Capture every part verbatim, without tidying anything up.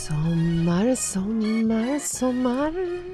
Sommar, sommar, sommar.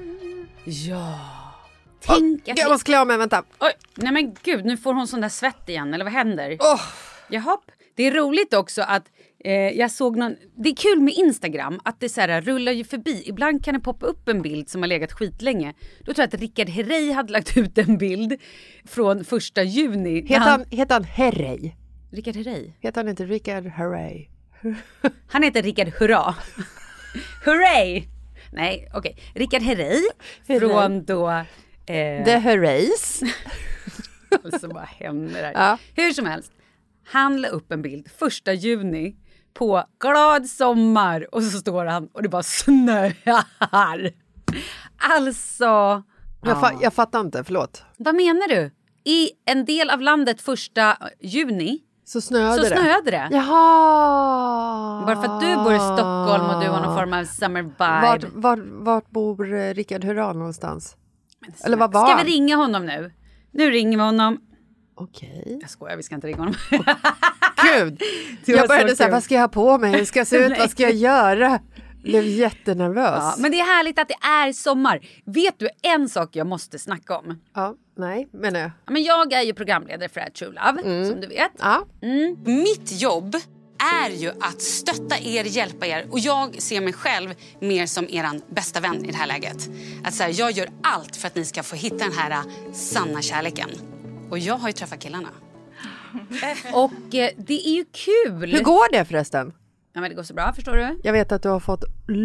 Ja. Tänk oh, att... Jag måste klä av mig, vänta. Oj, nej men gud, nu får hon sån där svett igen. Eller vad händer? Oh. Jaha. Det är roligt också att eh, jag såg någon... Det är kul med Instagram att det så här, rullar ju förbi. Ibland kan det poppa upp en bild som har legat skitlänge. Då tror jag att Rickard Herrey hade lagt ut en bild från första juni. Heter han, han, heter han Herrey? Rickard Herrey? Heter han inte Rickard Herrey? Han heter Rickard Hurra. Hurray! Nej, okej. Okay. Rickard Herrey från då... Eh... The Herreys. Alltså vad händer där? Ja. Hur som helst. Han la upp en bild första juni på glad sommar och så står han och det bara snöar. Alltså... Jag, fa- jag fattar inte, förlåt. Vad menar du? I en del av landet första juni så snöade, så det. snöade det. Jaha! Bara för att du bor i Stockholm och du har någon form av summer vibe. Vart, vart, vart bor Rickard Hurra någonstans? Eller vad var Ska han? vi ringa honom nu? Nu ringer vi honom. Okej. Okay. Jag skojar, vi ska inte ringa honom. Gud! Jag började säga, vad ska jag ha på mig? Hur ska jag se ut? Vad ska jag göra? Jag blev jättenervös. Ja, men det är härligt att det är sommar. Vet du en sak jag måste snacka om? Ja, nej, menar jag. Ja, men jag är ju programledare för True Love, mm. som du vet. Ja. Mm. Mitt jobb är ju att stötta er, hjälpa er. Och jag ser mig själv mer som eran bästa vän i det här läget. Att så här, jag gör allt för att ni ska få hitta den här sanna kärleken. Och jag har ju träffat killarna. Och eh, det är ju kul. Hur går det förresten? Ja, men det går så bra, förstår du? Jag vet att du har fått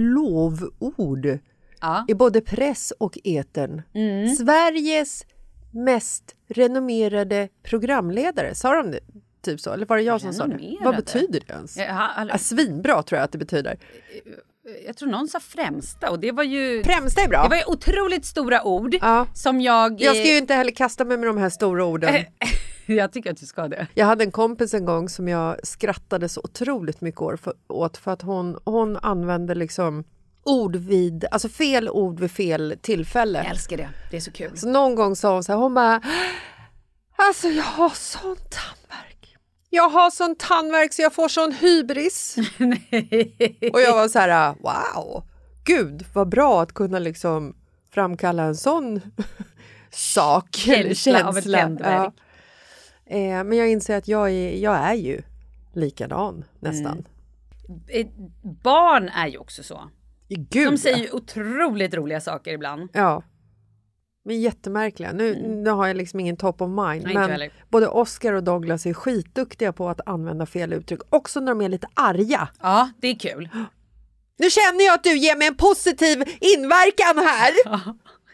lovord ja. i både press och etern. Mm. Sveriges mest renommerade programledare. Sa de det? Typ så? Eller var det jag som sa det? Vad betyder det ens? Ja, alltså, ja, svinbra tror jag att det betyder. Jag tror någon sa främsta och det var ju... Främsta är bra. Det var ju otroligt stora ord ja. som jag... Jag ska ju inte heller kasta mig med de här stora orden. Jag tycker att du ska det. Jag hade en kompis en gång som jag skrattade så otroligt mycket åt för att hon, hon använde liksom ord vid, alltså fel ord vid fel tillfälle. Jag älskar det, det är så kul. Så någon gång sa hon så här, hon bara, alltså jag har sån tandvärk. Jag har sån tandvärk så jag får sån hybris. Och jag var så här, wow, gud vad bra att kunna liksom framkalla en sån sak. Känsla, eller känsla av ett tändverk. Ja. Eh, men jag inser att jag är, jag är ju likadan nästan. Mm. Barn är ju också så. Gud, de säger ju otroligt roliga saker ibland. Ja. Men jättemärkliga. Nu, mm. nu har jag liksom ingen top of mind. Nej, men både Oscar och Douglas är skitduktiga på att använda fel uttryck. Också när de är lite arga. Ja, det är kul. Nu känner jag att du ger mig en positiv inverkan här. Ja.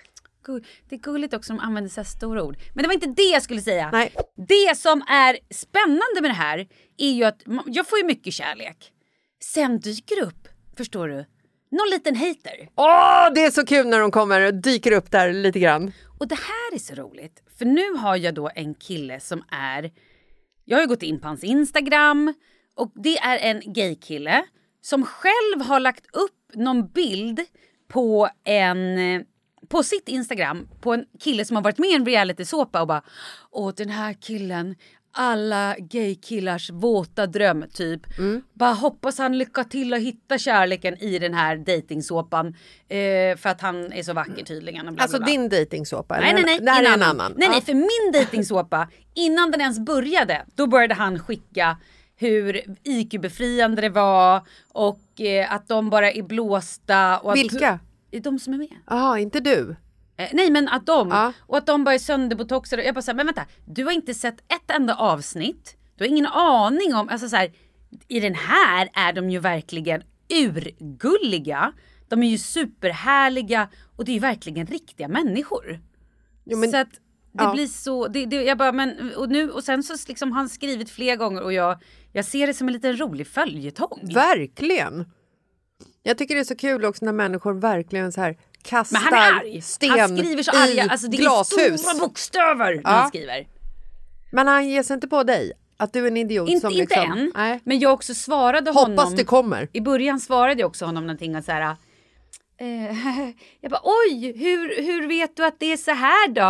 Det är gulligt också att de använder så här stora ord. Men det var inte det jag skulle säga. Nej. Det som är spännande med det här är ju att jag får ju mycket kärlek. Sen dyker upp, förstår du, någon liten hater. Åh, det är så kul när de kommer och dyker upp där lite grann. Och det här är så roligt. För nu har jag då en kille som är... Jag har ju gått in på hans Instagram. Och det är en gaykille som själv har lagt upp någon bild på en... på sitt Instagram på en kille som har varit med i en reality-såpa och bara, åh den här killen, alla gaykillars våta dröm typ. Mm. Bara hoppas han lyckas till att hitta kärleken i den här dejtingsåpan eh, för att han är så vacker tydligen. Bla, alltså bla, bla. din dejtingsåpa? Nej, nej, nej. Det här är en annan. Nej, ja. nej, för min dejtingsåpa, innan den ens började, då började han skicka hur I Q-befriande det var och eh, att de bara är blåsta. Och vilka? Att, de som är med. Jaha, inte du? Eh, nej, men att de. Ja. Och att de bara är sönderbotoxade. Jag bara så här, men vänta. Du har inte sett ett enda avsnitt. Du har ingen aning om. Alltså så här, i den här är de ju verkligen urgulliga. De är ju superhärliga. Och det är ju verkligen riktiga människor. Jo, men, så att det ja. blir så. Det, det, jag bara, men, och, nu, och sen så liksom har han skrivit flera gånger. Och jag, jag ser det som en liten rolig följetong. Verkligen. Jag tycker det är så kul också när människor verkligen så här kastar men han är arg. sten han skriver så arga, i alltså det glashus. är stora bokstäver ja. när han skriver. Men han ger sig inte på dig? Att du är en idiot inte, som inte liksom... än, nej. Men jag också svarade Hoppas honom... det kommer. I början svarade jag också honom någonting och så här... Eh, jag bara, oj, hur, hur vet du att det är så här då?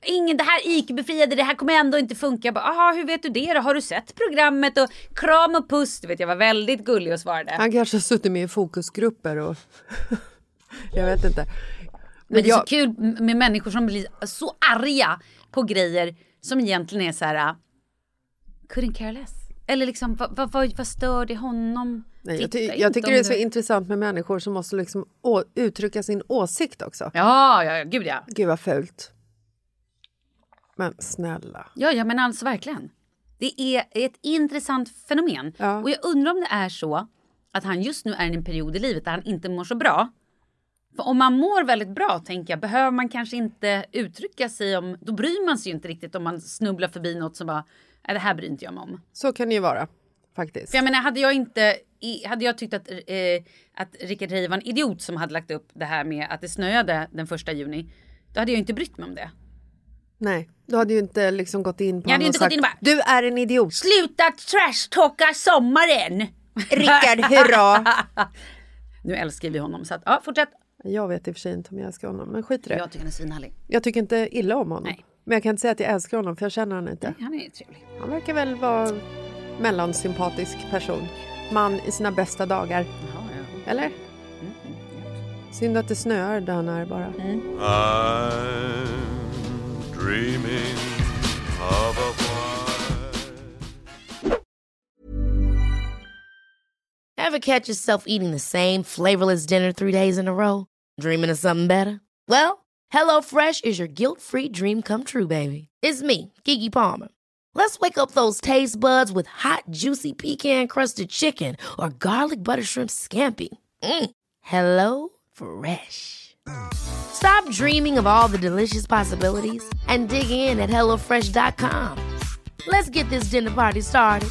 ingen, det här I Q-befriade, det här kommer ändå inte funka. Jag bara, aha, hur vet du det då? Har du sett programmet? Och kram och puss, du vet, jag var väldigt gullig och svarade. Han kanske har suttit med i fokusgrupper och jag vet inte. Men, Men det är jag... så kul med människor som blir så arga på grejer som egentligen är så här, couldn't care less. Eller liksom, vad, vad, vad, vad stör det honom? Nej, jag, ty- jag tycker det är så du... intressant med människor som måste liksom å- uttrycka sin åsikt också. Ja, ja, gud ja. Gud vad fult. Men snälla. Ja, ja, men alltså verkligen. Det är ett intressant fenomen. Ja. Och jag undrar om det är så att han just nu är i en period i livet där han inte mår så bra. För om man mår väldigt bra, tänker jag, behöver man kanske inte uttrycka sig om... Då bryr man sig ju inte riktigt om man snubblar förbi något som bara... Nej, det här bryr inte jag mig om. Så kan det ju vara, faktiskt. För jag menar, hade jag inte... Hade jag tyckt att, eh, att Rickard Herrey var en idiot som hade lagt upp det här med att det snöade den första juni, då hade jag inte brytt mig om det. Nej, du hade ju inte liksom gått in på jag hade inte och sagt, gått in och bara, du är en idiot. Sluta trashtalka sommaren! Rickard, hurra! Nu älskar vi honom, så att, ja, fortsätt. Jag vet i och för sig inte om jag älskar honom, men skit i det. Jag tycker han är svinhärlig. Jag tycker inte illa om honom. Nej. Men jag kan inte säga att jag älskar honom, för jag känner honom inte. Nej, han är trevlig. Han verkar väl vara mellansympatisk person. Man i sina bästa dagar. Jaha, ja. Eller? Mm, mm, Synd att det snöar där han är bara. mm. I'm dreaming of a white. Ever catch yourself eating the same flavorless dinner three days in a row? Dreaming of something better? Well, HelloFresh is your guilt-free dream come true, baby. It's me, Keke Palmer. Let's wake up those taste buds with hot, juicy pecan-crusted chicken or garlic butter shrimp scampi. Mm. Hello Fresh. Stop dreaming of all the delicious possibilities and dig in at hello fresh dot com. Let's get this dinner party started.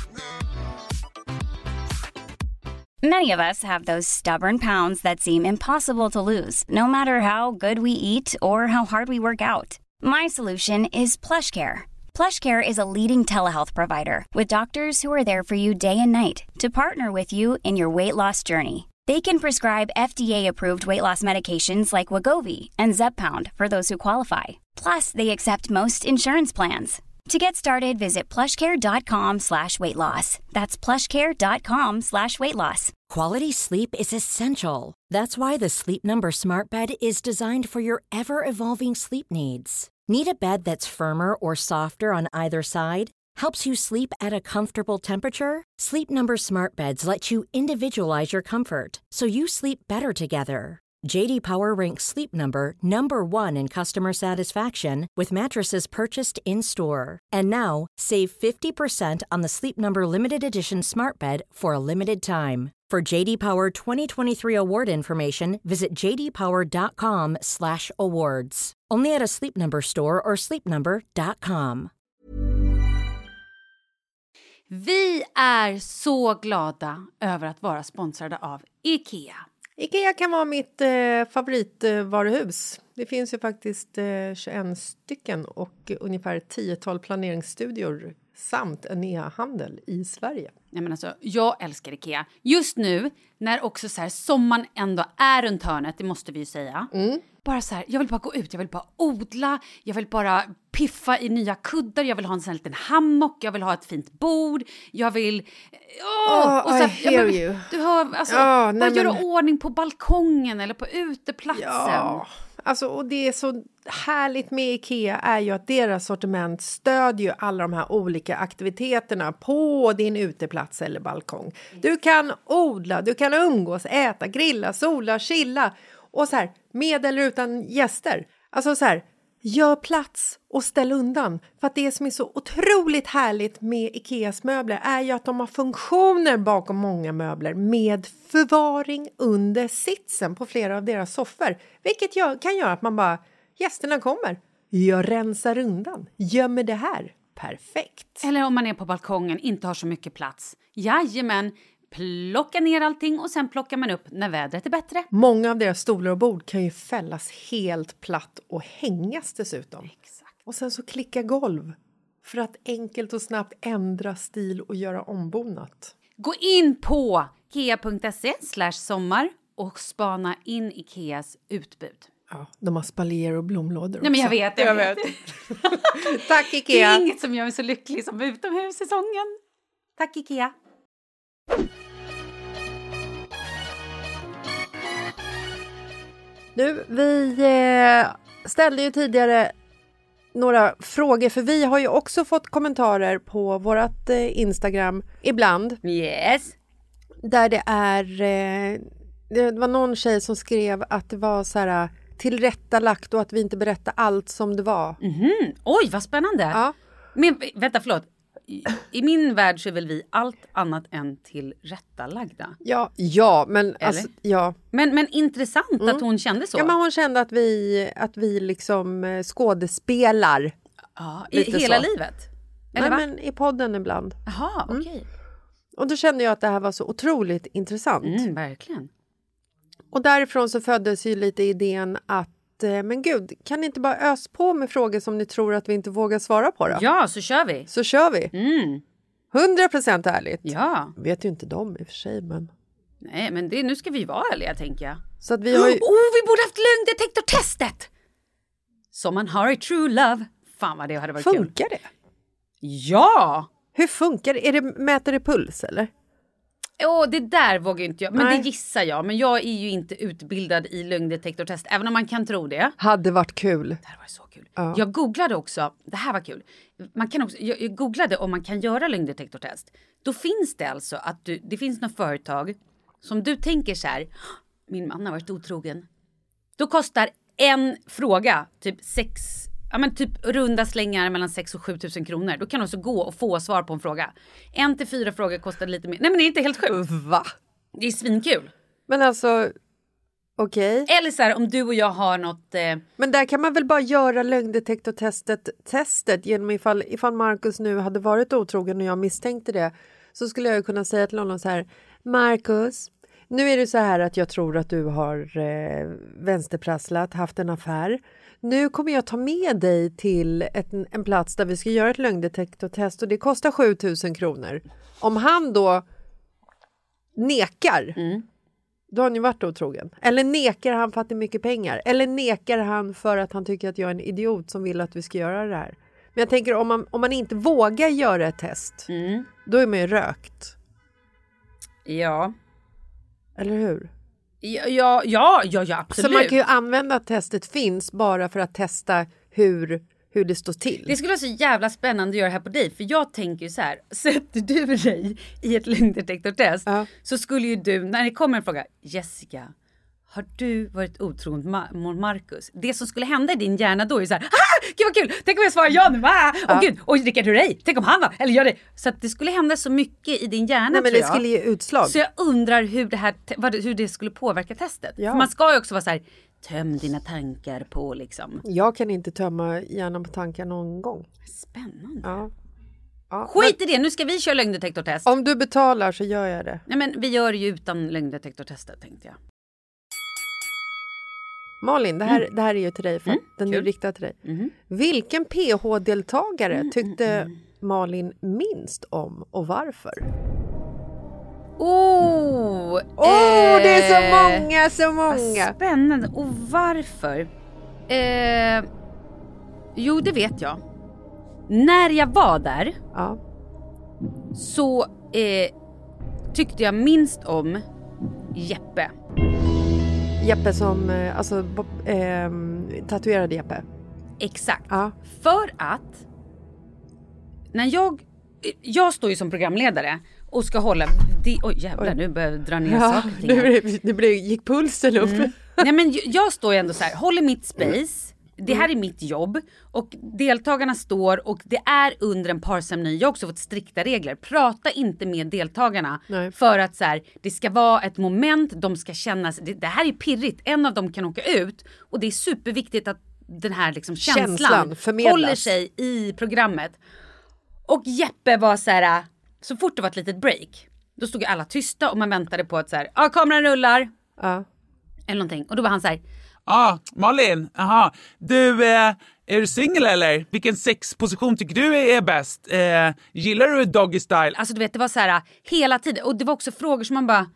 Many of us have those stubborn pounds that seem impossible to lose, no matter how good we eat or how hard we work out. My solution is PlushCare. PlushCare is a leading telehealth provider with doctors who are there for you day and night to partner with you in your weight loss journey. They can prescribe F D A-approved weight loss medications like Wegovy and Zepbound for those who qualify. Plus, they accept most insurance plans. To get started, visit plushcare.com slash weight loss. That's plushcare.com slash weight loss. Quality sleep is essential. That's why the Sleep Number Smart Bed is designed for your ever-evolving sleep needs. Need a bed that's firmer or softer on either side? Helps you sleep at a comfortable temperature? Sleep Number Smart Beds let you individualize your comfort, so you sleep better together. J D Power ranks Sleep Number number one in customer satisfaction with mattresses purchased in-store. And now, save fifty percent on the Sleep Number Limited Edition Smart Bed for a limited time. For J D Power twenty twenty-three award information, visit j d power dot com slash awards. Only at a Sleep Number store or sleep number dot com. Vi är så glada över att vara sponsrade av IKEA. IKEA kan vara mitt eh, favoritvaruhus. Det finns ju faktiskt eh, tjugoett stycken och ungefär tiotal planeringsstudior samt en e-handel i Sverige. Nej, men alltså, jag älskar IKEA. Just nu, när också så här, sommaren ändå är runt hörnet, det måste vi ju säga. Mm. Bara så här, jag vill bara gå ut, jag vill bara odla, jag vill bara piffa i nya kuddar, jag vill ha en sån här liten hammock, jag vill ha ett fint bord, jag vill... Åh, Oh, och så här, I hear ja, men, you. Du hör, alltså, Oh, bara nej, göra men... ordning på balkongen eller på uteplatsen. Ja, alltså, och det är så härligt med IKEA är ju att deras sortiment stödjer ju alla de här olika aktiviteterna på din uteplats eller balkong. Du kan odla, du kan umgås, äta, grilla, sola, chilla och så här, med eller utan gäster. Alltså så här, gör plats och ställ undan. För att det som är så otroligt härligt med IKEAs möbler är ju att de har funktioner bakom många möbler med förvaring under sitsen på flera av deras soffor. Vilket gör, kan göra att man bara, gästerna kommer, jag rensar undan, gömmer det här. Perfekt. Eller om man är på balkongen, inte har så mycket plats. Jajamän, plocka ner allting och sen plockar man upp när vädret är bättre. Många av deras stolar och bord kan ju fällas helt platt och hängas dessutom. Exakt. Och sen så klicka golv för att enkelt och snabbt ändra stil och göra ombonat. Gå in på ikea punkt se slash sommar och spana in Ikeas utbud. Ja, de har spaljer och blomlådor också. Nej, men jag vet, jag, jag vet. vet. Tack, Ikea. Det är inget som gör mig så lycklig som utomhussäsongen. Tack, Ikea. Nu, vi eh, ställde ju tidigare några frågor, för vi har ju också fått kommentarer på vårt eh, Instagram ibland. Yes. Där det är, eh, det var någon tjej som skrev att det var så här tillrättalagt och att vi inte berättar allt som det var. Mm-hmm. Oj, vad spännande. Ja. Men vänta, förlåt. I, I min värld så är väl vi allt annat än tillrättalagda. Ja, ja, men alltså, ja. Men, men intressant mm. att hon kände så. Ja, men hon kände att vi, att vi liksom eh, skådespelar. Ja, i hela så. livet? Eller Nej, va? men i podden ibland. Jaha, okej. Okay. Mm. Och då kände jag att det här var så otroligt intressant. Mm, verkligen. Och därifrån så föddes ju lite idén att, eh, men gud, kan ni inte bara ös på med frågor som ni tror att vi inte vågar svara på då? Ja, så kör vi. Så kör vi. Mm. hundra procent ärligt. Ja. Vet ju inte de i och för sig, men... Nej, men det, nu ska vi vara ärliga, tänker jag. Så att vi har ju... Oh, vi borde haft lögndetektortestet! Som man har i True Love. Fan vad det hade varit funkar kul. Funkar det? Ja! Hur funkar det? Är det mäter det puls, eller? Åh, det där vågar inte jag. Men Nej. det gissar jag. Men jag är ju inte utbildad i lögndetektortest. Även om man kan tro det. Hade varit kul. Det här var så kul. Ja. Jag googlade också. Det här var kul. Man kan också, jag, jag googlade om man kan göra lögndetektortest. Då finns det alltså att du, det finns något företag som du tänker så här. Min man har varit otrogen. Då kostar en fråga typ sex... Ja, men typ runda slängar mellan sex och sju tusen kronor. Då kan du också gå och få svar på en fråga. En till fyra frågor kostar lite mer. Nej, men det är inte helt sjukt. Va? Det är svinkul. Men alltså, okej. Okay. Eller så här, om du och jag har något... Eh... Men där kan man väl bara göra lögndetektortestet testet genom ifall, ifall Marcus nu hade varit otrogen och jag misstänkte det. Så skulle jag kunna säga till honom så här, Marcus, nu är det så här att jag tror att du har eh, vänsterprasslat, haft en affär. Nu kommer jag ta med dig till ett, en plats där vi ska göra ett lögndetektortest och det kostar sju tusen kronor. Om han då nekar, mm. då har han ju varit otrogen. Eller nekar han för att det är mycket pengar. Eller nekar han för att han tycker att jag är en idiot som vill att vi ska göra det här. Men jag tänker om man, om man inte vågar göra ett test, mm. då är man ju rökt. Ja. Eller hur? Ja, ja, ja, ja, ja, absolut. Så man kan ju använda att testet finns bara för att testa hur, hur det står till. Det skulle vara så jävla spännande att göra det här på dig. För jag tänker ju så här, sätter du dig i ett lögndetektortest uh. så skulle ju du, när det kommer en fråga, Jessica, har du varit otrogen mot Marcus? Det som skulle hända i din hjärna då är ju så här, ah, gud vad kul, tänk om jag svarar ja nu, ah, åh uh. gud, oj Rickard hur är det? Tänk om han var, eller gör det. Så att det skulle hända så mycket i din hjärna. Nej, men det skulle ge utslag. Så jag undrar hur det här, hur det skulle påverka testet. Ja. För man ska ju också vara så här, töm dina tankar på liksom. Jag kan inte tömma hjärnan på tankar någon gång. Spännande. Ja. Ja, skit men, i det, nu ska vi köra lögndetektortest. Om du betalar så gör jag det. Nej men vi gör det ju utan lögndetektortestet tänkte jag. Malin, det här, mm. det här är ju till dig för mm, den kul. är riktad till dig. Mm. Vilken P H-deltagare mm, tyckte mm, mm. Malin minst om och varför? Åh, oh, oh, eh, det är så många, så många. Spännande. Och varför? Eh, jo, det vet jag. När jag var där ja. så eh, tyckte jag minst om Jeppe. Jeppe som, alltså eh, tatuerade Jeppe. Exakt. Ja. För att när jag, jag står ju som programledare och ska hålla, oj oh, jävlar oj. Nu börjar jag dra ner ja, saker. Nu, det blev, gick pulsen upp. Mm. Nej men jag står ju ändå så här, håller mitt space. Det här är mitt jobb och deltagarna står och det är under en parceremoni. Jag har också fått strikta regler. Prata inte med deltagarna. Nej. För att så här, det ska vara ett moment, de ska känna det, det här är pirrigt. En av dem kan åka ut och det är superviktigt att den här liksom känslan, känslan håller sig i programmet. Och Jeppe var så här, så fort det var ett litet break, då stod alla tysta och man väntade på att så här, ja kameran rullar. Ja. Eller någonting. Och då var han så här, ah, Malin, aha. Du, eh, är du singel eller? Vilken sexposition tycker du är bäst? Eh, gillar du doggy style? Alltså du vet, det var så här hela tiden. Och det var också frågor som man bara,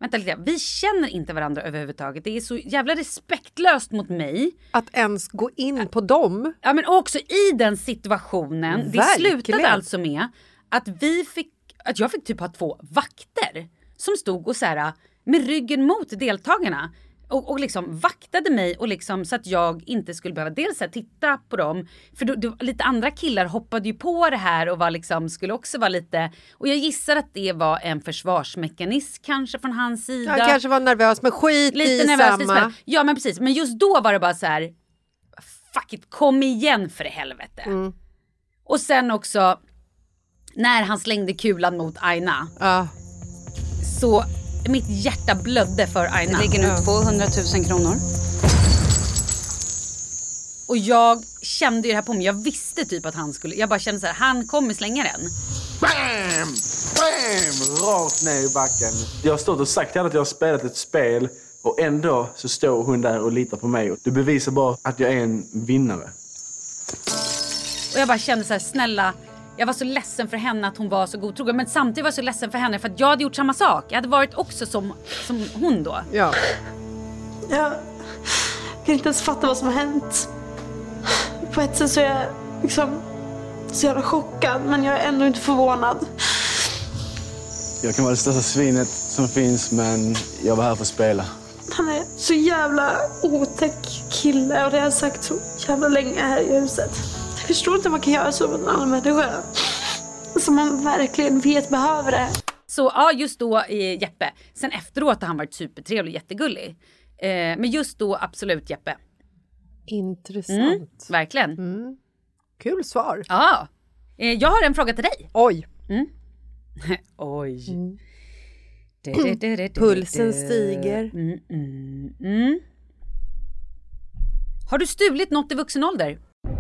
Vänta lite, vi känner inte varandra överhuvudtaget. Det är så jävla respektlöst mot mig. Att ens gå in på dem. Ja, men också i den situationen. Verkligen. Det slutade alltså med att vi fick, att jag fick typ ha två vakter som stod och så här med ryggen mot deltagarna. Och, och liksom vaktade mig och liksom så att jag inte skulle behöva dels här titta på dem. För då, då, lite andra killar hoppade ju på det här och var liksom, skulle också vara lite... Och jag gissar att det var en försvarsmekanism kanske från hans sida. Jag kanske var nervös, men skit lite i nervös, samma. Lite, ja men precis, men just då var det bara så här... Fuck it, kom igen för helvete. Mm. Och sen också när han slängde kulan mot Aina. Ja. Så... Mitt hjärta blödde för Aina. Det ligger nu tvåhundratusen kronor. Och jag kände ju det här på mig. Jag visste typ att han skulle... Jag bara kände så här, han kommer slänga den. Bam! Bam! Rakt ner i backen. Jag har stått och sagt att jag har spelat ett spel. Och ändå så står hon där och litar på mig. Det bevisar bara att jag är en vinnare. Och jag bara kände så här, snälla... Jag var så ledsen för henne att hon var så godtrogen. Men samtidigt var jag så ledsen för henne för att jag hade gjort samma sak. Jag hade varit också som, som hon då. Ja. Jag kan inte ens fatta vad som har hänt. På ett sätt så är jag liksom så jävla chockad. Men jag är ändå inte förvånad. Jag kan vara det största svinet som finns, men jag var här för att spela. Han är så jävla otäck kille. Och det har jag sagt så jävla länge här i huset. Jag förstår inte vad man kan göra så med en annan människa. Som man verkligen vet behöver det. Så ja, just då eh, Jeppe. Sen efteråt har han varit supertrevlig och jättegullig. Eh, men just då absolut Jeppe. Intressant. Mm, verkligen. Mm. Kul svar. Ja. Eh, jag har en fråga till dig. Oj. Mm. Oj. Mm. Pulsen stiger. Mm, mm, mm. Har du stulit något i vuxen ålder?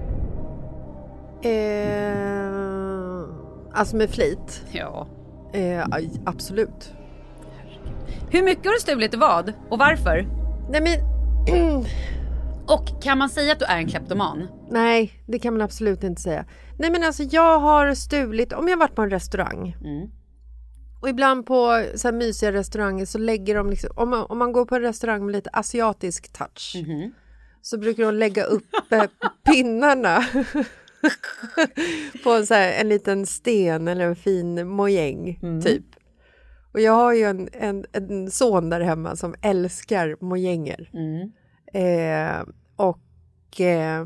Eh, alltså med flit? Ja. Eh, absolut. Hur mycket har du stulit och vad? Och varför? Nej men... Och kan man säga att du är en kleptoman? Nej, det kan man absolut inte säga. Nej men alltså jag har stulit, om jag varit på en restaurang. Mm. Och ibland på så här mysiga restauranger så lägger de liksom, om man, om man går på en restaurang med lite asiatisk touch. Mm. Så brukar de lägga upp eh, pinnarna på en, så här, en liten sten eller en fin mojäng mm. typ. Och jag har ju en, en, en son där hemma som älskar mojänger. Mm. Eh, och eh,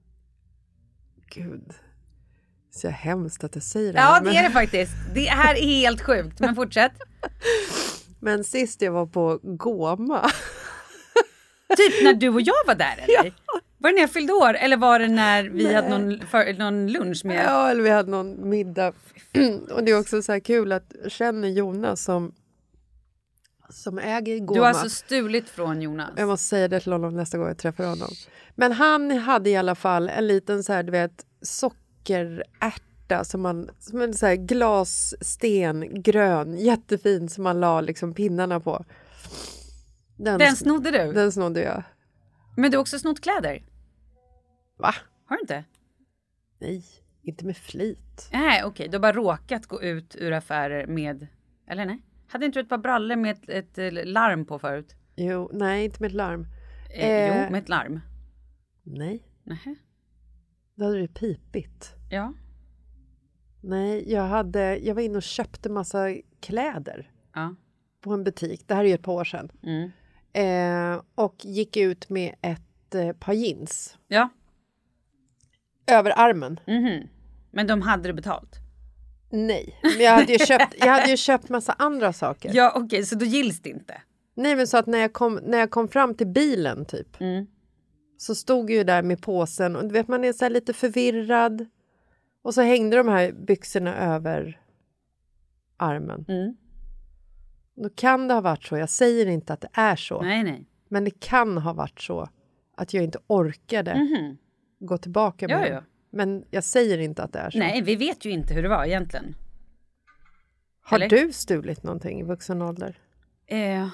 gud, så hemskt att jag säger det här. Ja, det men... är det faktiskt. Det här är helt sjukt, men fortsätt. Men sist jag var på Goma. Typ när du och jag var där, eller? Ja. Var det när jag fyllde år? Eller var det när vi Nej. hade någon, för, någon lunch med... Ja, eller vi hade någon middag. Och det är också så här kul att känna Jonas som, som äger Goma. Du har alltså stulit från Jonas? Jag måste säga det till honom nästa gång jag träffar honom. Men han hade i alla fall en liten så här, du vet, sockerärta som man, som en så här glassten, grön, jättefin som man la liksom pinnarna på. Den, den snodde du? Den snodde jag. Men du har också snott kläder? Va? Har du inte? Nej, inte med flit. Nej, okej. Okay. Du har bara råkat gå ut ur affärer med... Eller nej? Hade inte du ett par brallor med ett, ett larm på förut? Jo, nej, inte med ett larm. Eh, eh, jo, med ett larm. Nej. Nähä. Då hade det pipigt. Ja. Nej, jag hade... Jag var inne och köpte massa kläder. Ja. På en butik. Det här är ju ett par år sedan. Mm. Eh, och gick ut med ett eh, par jeans. Ja. Över armen. Mm-hmm. Men de hade du betalt? Nej, men jag hade ju köpt, jag hade ju köpt massa andra saker. Ja, okej, okay, så då gills det inte? Nej, men så att när jag kom, när jag kom fram till bilen typ. Mm. Så stod jag ju där med påsen. Och du vet, man är så här lite förvirrad. Och så hängde de här byxorna över armen. Mm. Då kan det ha varit så. Jag säger inte att det är så. Nej, nej. Men det kan ha varit så att jag inte orkade mm-hmm. gå tillbaka med ja, det. ja. Men jag säger inte att det är så. Nej, vi vet ju inte hur det var egentligen. Har Eller? du stulit någonting i vuxen ålder? Eh...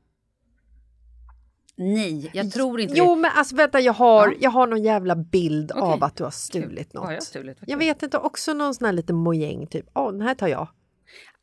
Nej, jag tror inte Jo, det. men alltså vänta, jag har, ja. jag har någon jävla bild okay. av att du har stulit Kul. något. Ja, jag, stulit, jag vet inte, också någon sån här liten mojäng typ. Åh, oh, den här tar jag.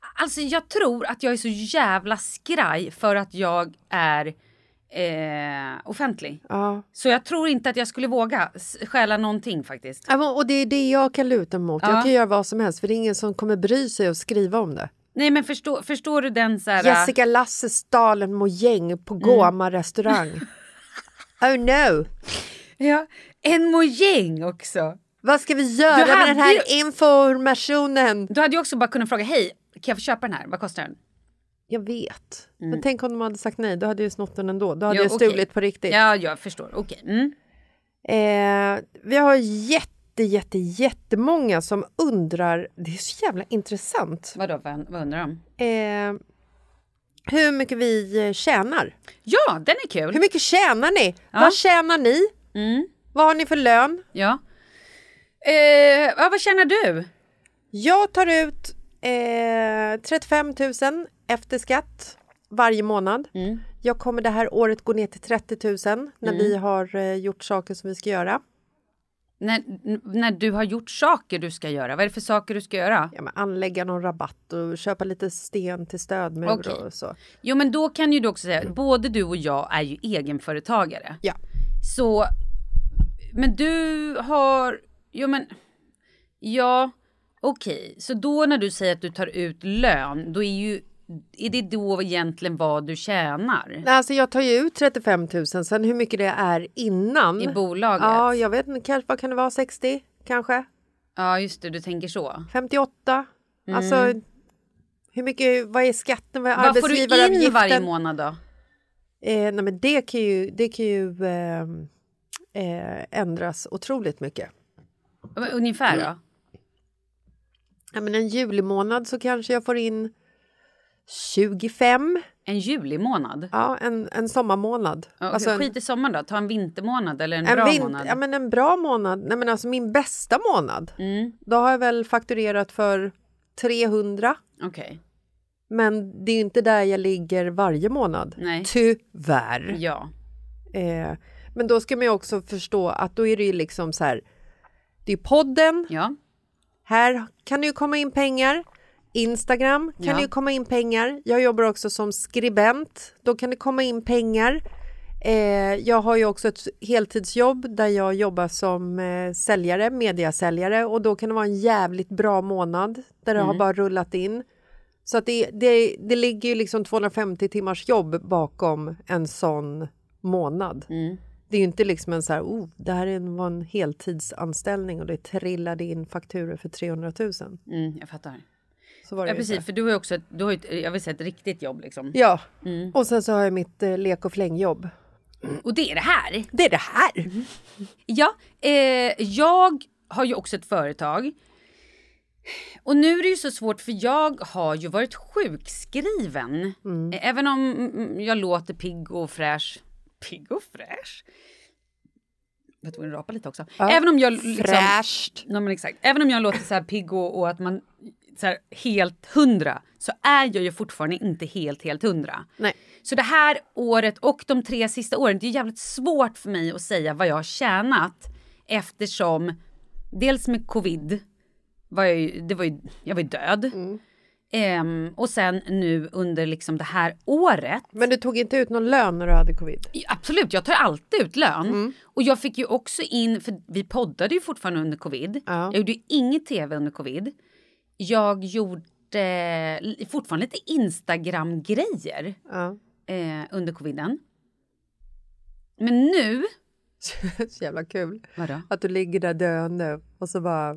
Alltså jag tror att jag är så jävla skraj för att jag är eh, offentlig. Ja. Så jag tror inte att jag skulle våga stjäla någonting faktiskt. Ja, och det är det jag kan luta mot. Ja. Jag kan göra vad som helst för det är ingen som kommer bry sig och skriva om det. Nej men förstå, förstår du den så här... Jessica Lasse stal en mojäng på Goma mm. restaurang. Oh no. Ja, en mojäng också. Vad ska vi göra med den här ju... informationen? Du hade ju också bara kunnat fråga, hej, kan jag få köpa den här? Vad kostar den? Jag vet. Mm. Men tänk om de hade sagt nej, då hade jag snott den ändå. Då hade jo, jag stulit okay. på riktigt. Ja, jag förstår. Okej. Okay. Mm. Eh, vi har jätte, jätte, jättemånga som undrar, det är så jävla intressant. Vadå, vad, vad undrar de? Eh, hur mycket vi tjänar. Ja, den är kul. Hur mycket tjänar ni? Ja. Vad tjänar ni? Mm. Vad har ni för lön? Ja. Eh, ja, vad tjänar du? Jag tar ut eh, trettiofem tusen efter skatt varje månad. Mm. Jag kommer det här året gå ner till trettio tusen när Mm. vi har eh, gjort saker som vi ska göra. När, när du har gjort saker du ska göra. Vad är det för saker du ska göra? Ja, men anlägga någon rabatt och köpa lite sten till stödmur okay. och så. Jo, men då kan ju du också säga, både du och jag är ju egenföretagare. Ja. Så, men du har, jo men, ja, okej. Okay. Så då när du säger att du tar ut lön, då är ju, är det då egentligen vad du tjänar? Alltså jag tar ju ut trettiofem tusen, sen hur mycket det är innan. I bolaget? Ja, jag vet inte, kanske, vad kan det vara, sextio kanske? Ja, just det, du tänker så. femtioåtta, mm. alltså hur mycket, vad är skatten, vad är vad arbetsgivaravgiften? Vad får du in varje månad då? Eh, nej men det kan ju, det kan ju eh, eh, ändras otroligt mycket. Ungefär då? Ja, men en julimånad så kanske jag får in tjugofem. En julimånad? Ja, en, en sommarmånad. Ja, alltså en, skit i sommaren då, ta en vintermånad eller en, en bra vint, månad? Ja, men en bra månad. Nej, men alltså min bästa månad. Mm. Då har jag väl fakturerat för trehundra. Okej. Okay. Men det är ju inte där jag ligger varje månad. Nej. Tyvärr. Ja. Eh, men då ska man ju också förstå att då är det ju liksom så här. Det är podden. Ja. Här kan det ju komma in pengar. Instagram kan ja. det ju komma in pengar. Jag jobbar också som skribent. Då kan det komma in pengar. Eh, jag har ju också ett heltidsjobb där jag jobbar som eh, säljare, mediasäljare. Och då kan det vara en jävligt bra månad där det mm. har bara rullat in. Så att det, det, det ligger ju liksom tvåhundrafemtio timmars jobb bakom en sån månad. Mm. Det är ju inte liksom en så här, oh, det här var en heltidsanställning och det trillade in fakturor för trehundratusen. Mm, jag fattar. Så var det ja, precis, inte. för du har ju också ett, du har ett, jag vill säga ett riktigt jobb liksom. Ja, mm. och sen så har jag mitt eh, lek- och flängjobb. Och det är det här. Det är det här. Mm. Ja, eh, jag har ju också ett företag. Och nu är det ju så svårt för jag har ju varit sjukskriven. Mm. Även om jag låter pigg och fräsch. Pigg och fräsch? Jag tog en rapa lite också. Ja, även om jag liksom, fräscht. Ja, men exakt. Även om jag låter så här pigg och, och att man så här helt hundra, så är jag ju fortfarande inte helt helt hundra. Nej. Så det här året och de tre sista åren, det är jävligt svårt för mig att säga vad jag har tjänat, eftersom dels med covid var jag ju, det var ju, jag var ju död. Mm. Um, och sen nu under liksom det här året. Men du tog inte ut någon lön när du hade covid? Absolut, jag tar alltid ut lön. Mm. Och jag fick ju också in, för vi poddade ju fortfarande under covid. Ja. Jag gjorde ju inget tv under covid. Jag gjorde fortfarande lite Instagram-grejer ja. eh, under coviden. Men nu... Så jävla kul. Vadå? Att du ligger där döende och så bara...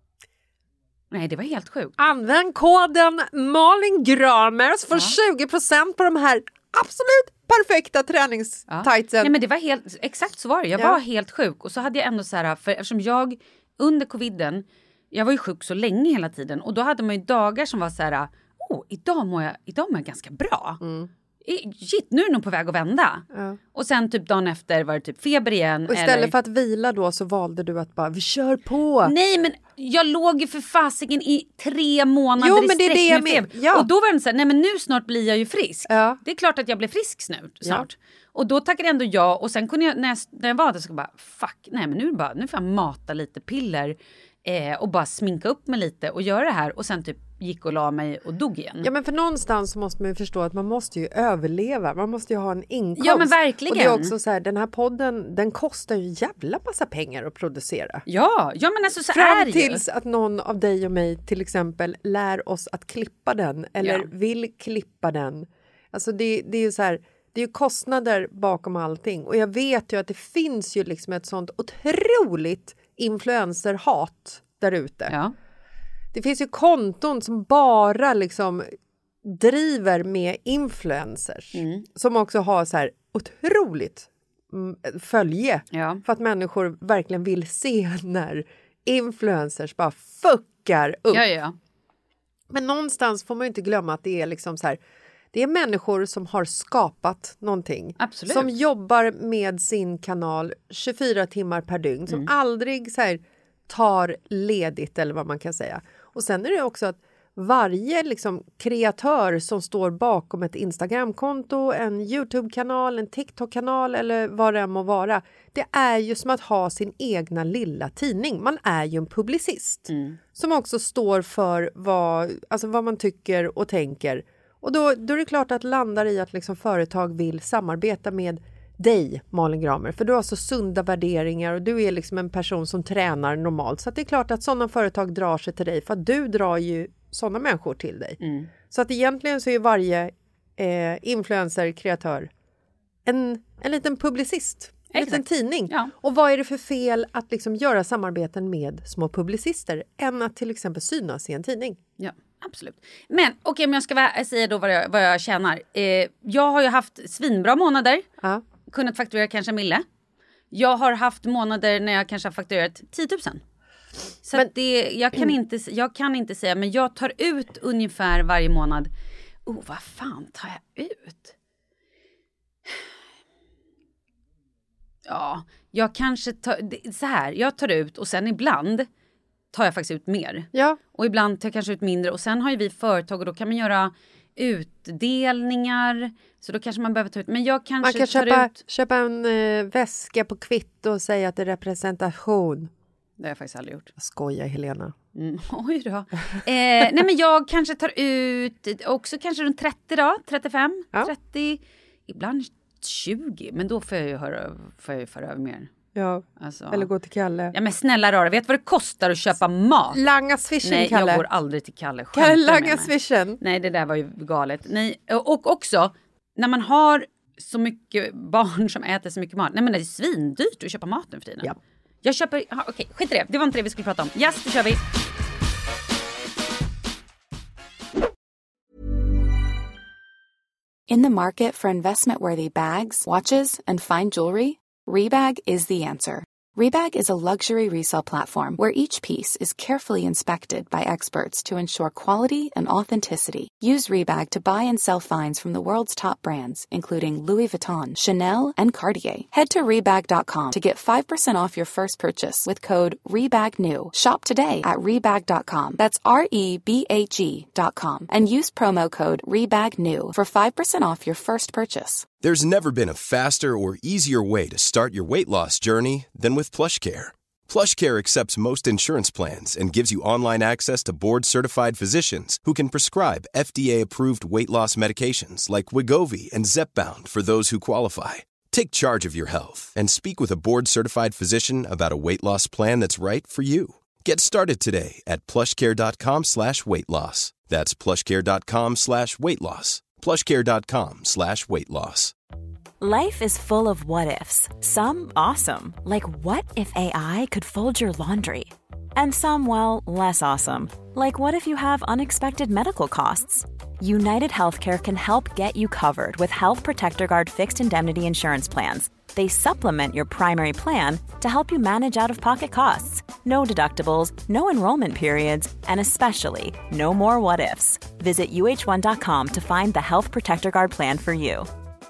Nej, det var helt sjukt. Använd koden Malin Gramer så får ja. tjugo procent på de här absolut perfekta träningstightsen. Ja. Nej, men det var helt, exakt så var det. Jag ja. var helt sjuk. Och så hade jag ändå så här, för eftersom jag under coviden, jag var ju sjuk så länge hela tiden. Och då hade man ju dagar som var så här, oh, idag mår jag, idag mår jag ganska bra. Mm. Shit, nu är det nog på väg att vända. Ja. Och sen typ dagen efter var det typ feber igen. Och istället eller... för att vila då så valde du att bara, vi kör på. Nej, men jag låg ju för fasiken i tre månader jo, i men det sträck är det med med feber. ja. Och då var det så här, nej men nu snart blir jag ju frisk. Ja. Det är klart att jag blir frisk snart. snart. Ja. Och då tackade jag ändå ja. Och sen kunde jag, när jag, när jag var där så bara, fuck, nej men nu, bara, nu får jag mata lite piller. Eh, och bara sminka upp mig lite och göra det här. Och sen typ gick och la mig och dog igen. Ja, men för någonstans så måste man ju förstå att man måste ju överleva. Man måste ju ha en inkomst. Ja, men verkligen. Och det är också så här, den här podden, den kostar ju jävla massa pengar att producera. Ja, ja men alltså så Fram är det tills ju. att någon av dig och mig till exempel lär oss att klippa den. Eller Ja. vill klippa den. Alltså det, det är ju så här, det är ju kostnader bakom allting. Och jag vet ju att det finns ju liksom ett sånt otroligt influencerhat där ute. Ja. Det finns ju konton som bara liksom driver med influencers. Mm. Som också har så här otroligt mm, följe. Ja. För att människor verkligen vill se när influencers bara fuckar upp. Ja, ja. Men någonstans får man ju inte glömma att det är liksom så här. Det är människor som har skapat någonting. Absolut. Som jobbar med sin kanal tjugofyra timmar per dygn. Som Mm. aldrig så här, tar ledigt eller vad man kan säga. Och sen är det också att varje liksom, kreatör som står bakom ett Instagramkonto, en YouTube-kanal, en TikTok-kanal eller vad det än må vara. Det är ju som att ha sin egna lilla tidning. Man är ju en publicist. Mm. Som också står för vad, alltså vad man tycker och tänker. Och då, då är det klart att landar i att liksom företag vill samarbeta med dig, Malin Gramer. För du har så sunda värderingar och du är liksom en person som tränar normalt. Så att det är klart att sådana företag drar sig till dig. För att du drar ju sådana människor till dig. Mm. Så att egentligen så är varje eh, influencer, kreatör en, en liten publicist. En liten tidning. Ja. Och vad är det för fel att liksom göra samarbeten med små publicister än att till exempel synas i en tidning? Ja, absolut. Men okej, okay, om jag ska vä- säga då vad jag, vad jag tjänar. Eh, jag har ju haft svinbra månader. Ja. Kunnat fakturera kanske en mille. Jag har haft månader när jag kanske har fakturerat tio tusen. Så Men- att det, jag, kan inte, jag kan inte säga, men jag tar ut ungefär varje månad. Oh, vad fan tar jag ut? Ja, jag kanske tar, det- så här, jag tar ut och sen ibland tar jag faktiskt ut mer. Ja. Och ibland tar jag kanske ut mindre. Och sen har ju vi företag och då kan man göra utdelningar. Så då kanske man behöver ta ut. Men jag kanske Man kan tar köpa, ut... köpa en eh, väska på kvitto och säga att det är representation. Det har jag faktiskt aldrig gjort. Jag skojar, Helena. Mm, oj då. Eh, nej men jag kanske tar ut också kanske runt trettio då. trettiofem, Ja. trettio. Ibland tjugo. Men då får jag ju, höra, får jag ju föra över mer. Ja, Alltså. eller gå till Kalle. Ja men snälla rara, vet vad det kostar att köpa mat? Langa swishen, Nej, Kalle. jag går aldrig till Kalle. Kalle, Skämtar med langa mig. swishen. Nej, det där var ju galet. Nej, och också, när man har så mycket barn som äter så mycket mat. Nej, men det är svindyrt att köpa maten för tiden. Ja. Jag köper, aha, okej, skit i det. Det var inte det vi skulle prata om. Yes, det kör vi. In the market for investment-worthy bags, watches, and fine jewelry, Rebag is the answer. Rebag is a luxury resale platform where each piece is carefully inspected by experts to ensure quality and authenticity. Use Rebag to buy and sell finds from the world's top brands, including Louis Vuitton, Chanel, and Cartier. Head to Rebag dot com to get five percent off your first purchase with code REBAGNEW. Shop today at Rebag dot com. That's R E B A G dot com. And use promo code REBAGNEW for five percent off your first purchase. There's never been a faster or easier way to start your weight loss journey than with PlushCare. PlushCare accepts most insurance plans and gives you online access to board-certified physicians who can prescribe F D A-approved weight loss medications like Wegovy and Zepbound for those who qualify. Take charge of your health and speak with a board-certified physician about a weight loss plan that's right for you. Get started today at plushcare.com slash weight loss. That's plushcare.com slash weight loss. plushcare.com slash weight loss. Life is full of what-ifs. Some awesome, like what if A I could fold your laundry? And some, well, less awesome, like what if you have unexpected medical costs? United Healthcare can help get you covered with Health Protector Guard fixed indemnity insurance plans. They supplement your primary plan to help you manage out-of-pocket costs. No deductibles, no enrollment periods, and especially no more what-ifs. Visit U H one dot com to find the Health Protector Guard plan for you.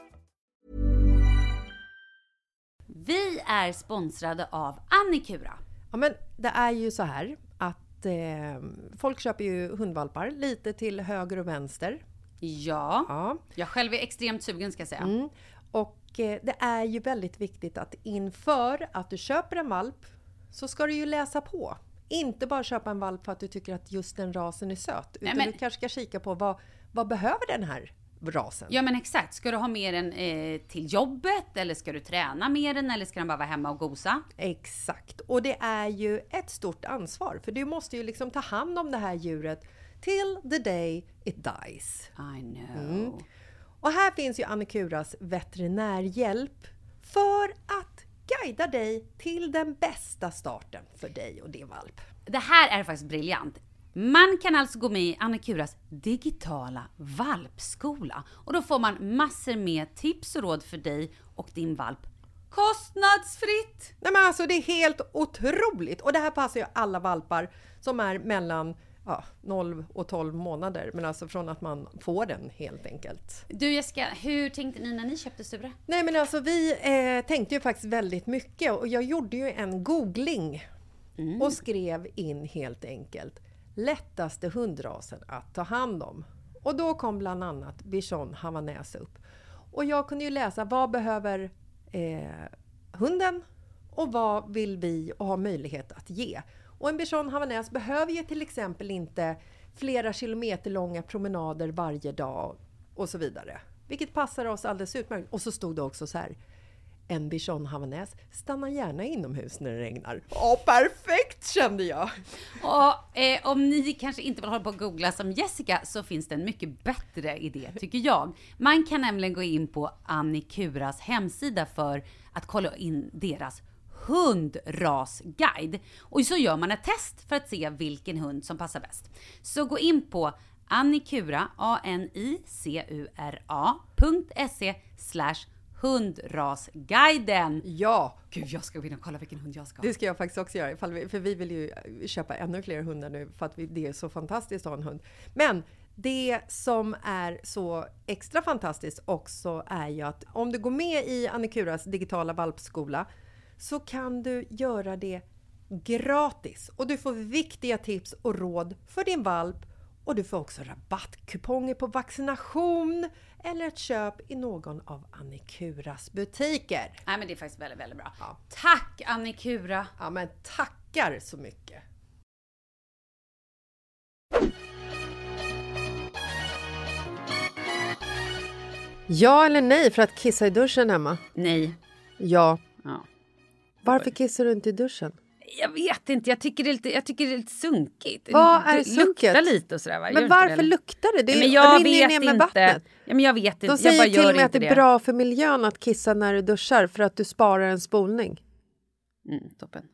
Vi är sponsrade av Annikura. Ja, men det är ju så här att eh, folk köper ju hundvalpar lite till höger och vänster. Ja, Ja. jag själv är extremt sugen ska jag säga. Mm. Och eh, det är ju väldigt viktigt att inför att du köper en valp så ska du ju läsa på. inte bara köpa en valp för att du tycker att just den rasen är söt. Nej, utan men... du kanske ska kika på vad, vad behöver den här rasen. Ja men exakt, ska du ha med den eh, till jobbet eller ska du träna med den eller ska den bara vara hemma och gosa? Exakt, och det är ju ett stort ansvar för du måste ju liksom ta hand om det här djuret till the day it dies. I know. Mm. Och här finns ju Annikuras veterinärhjälp för att guida dig till den bästa starten för dig och din valp. Det här är faktiskt briljant. Man kan alltså gå med i Annikuras digitala valpskola. Och då får man massor med tips och råd för dig och din valp. Kostnadsfritt! Nej men alltså det är helt otroligt. Och det här passar ju alla valpar som är mellan ja, noll och tolv månader. Men alltså från att man får den helt enkelt. Du Jessica, hur tänkte ni när ni köpte Sture? Nej men alltså vi eh, tänkte ju faktiskt väldigt mycket. Och jag gjorde ju en googling. Mm. Och skrev in helt enkelt lättaste hundrasen att ta hand om. Och då kom bland annat Bichon Havanäs upp. Och jag kunde ju läsa vad behöver eh, hunden och vad vill vi och ha möjlighet att ge. Och en Bichon Havanäs behöver ju till exempel inte flera kilometer långa promenader varje dag och så vidare. Vilket passar oss alldeles utmärkt. Och så stod det också så här. En Bichon Havanäs stannar gärna inomhus när det regnar. Åh, perfekt kände jag! Och eh, om ni kanske inte vill hålla på att googla som Jessica så finns det en mycket bättre idé tycker jag. Man kan nämligen gå in på Annikuras hemsida för att kolla in deras hundrasguide. Och så gör man ett test för att se vilken hund som passar bäst. Så gå in på Annikura, A N I C U R A punkt se slash hundrasguiden. Ja. Gud, jag ska gå in och kolla vilken hund jag ska ha. Det ska jag faktiskt också göra. Ifall vi, för vi vill ju köpa ännu fler hundar nu. För att vi, det är så fantastiskt att ha en hund. Men det som är så extra fantastiskt också är ju att om du går med i Annikuras digitala valpskola så kan du göra det gratis. Och du får viktiga tips och råd för din valp. Och du får också rabattkuponger på vaccination eller ett köp i någon av Annikuras butiker. Nej, men det är faktiskt väldigt, väldigt bra. Ja. Tack Annikura! Ja, men tackar så mycket. Ja eller nej för att kissa i duschen, Emma? Nej. Ja. Ja. Varför kissar du inte i duschen? Jag vet inte, jag tycker det är lite, jag tycker det är lite sunkigt. Vad är det sunkigt? luktar lite och sådär, va? Men varför det? luktar det? Det ja, men jag rinner vet ner med inte. vattnet. Ja, men jag vet inte. De säger jag bara till och med att det är det. bra för miljön att kissa när du duschar för att du sparar en spolning. Mm, toppen.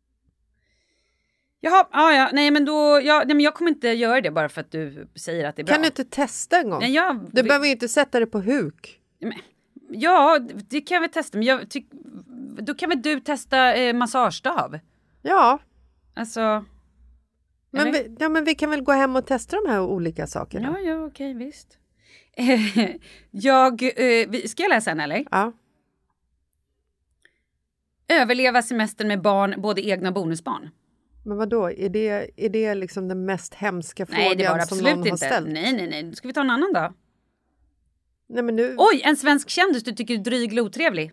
Jaha, ja, ja, nej men då, ja, nej men jag kommer inte göra det bara för att du säger att det är bra. Kan du inte testa en gång? Nej, jag, du vi, behöver ju inte sätta det på huk. Men, ja, det kan vi testa, men jag tyck, då kan väl du testa eh, massagestav? Ja. Alltså... Men vi, ja, men vi kan väl gå hem och testa de här olika sakerna? Ja, ja, okej, visst. jag, eh, ska jag läsa en eller? Ja. Överleva semestern med barn, både egna och bonusbarn. Men vad då? Är det, är det liksom den mest hemska frågan nej, det var som absolut någon inte. har ställt? Nej, nej, nej. Ska vi ta en annan då? Nej, men nu... Oj, en svensk kändis du tycker är dryg och otrevlig.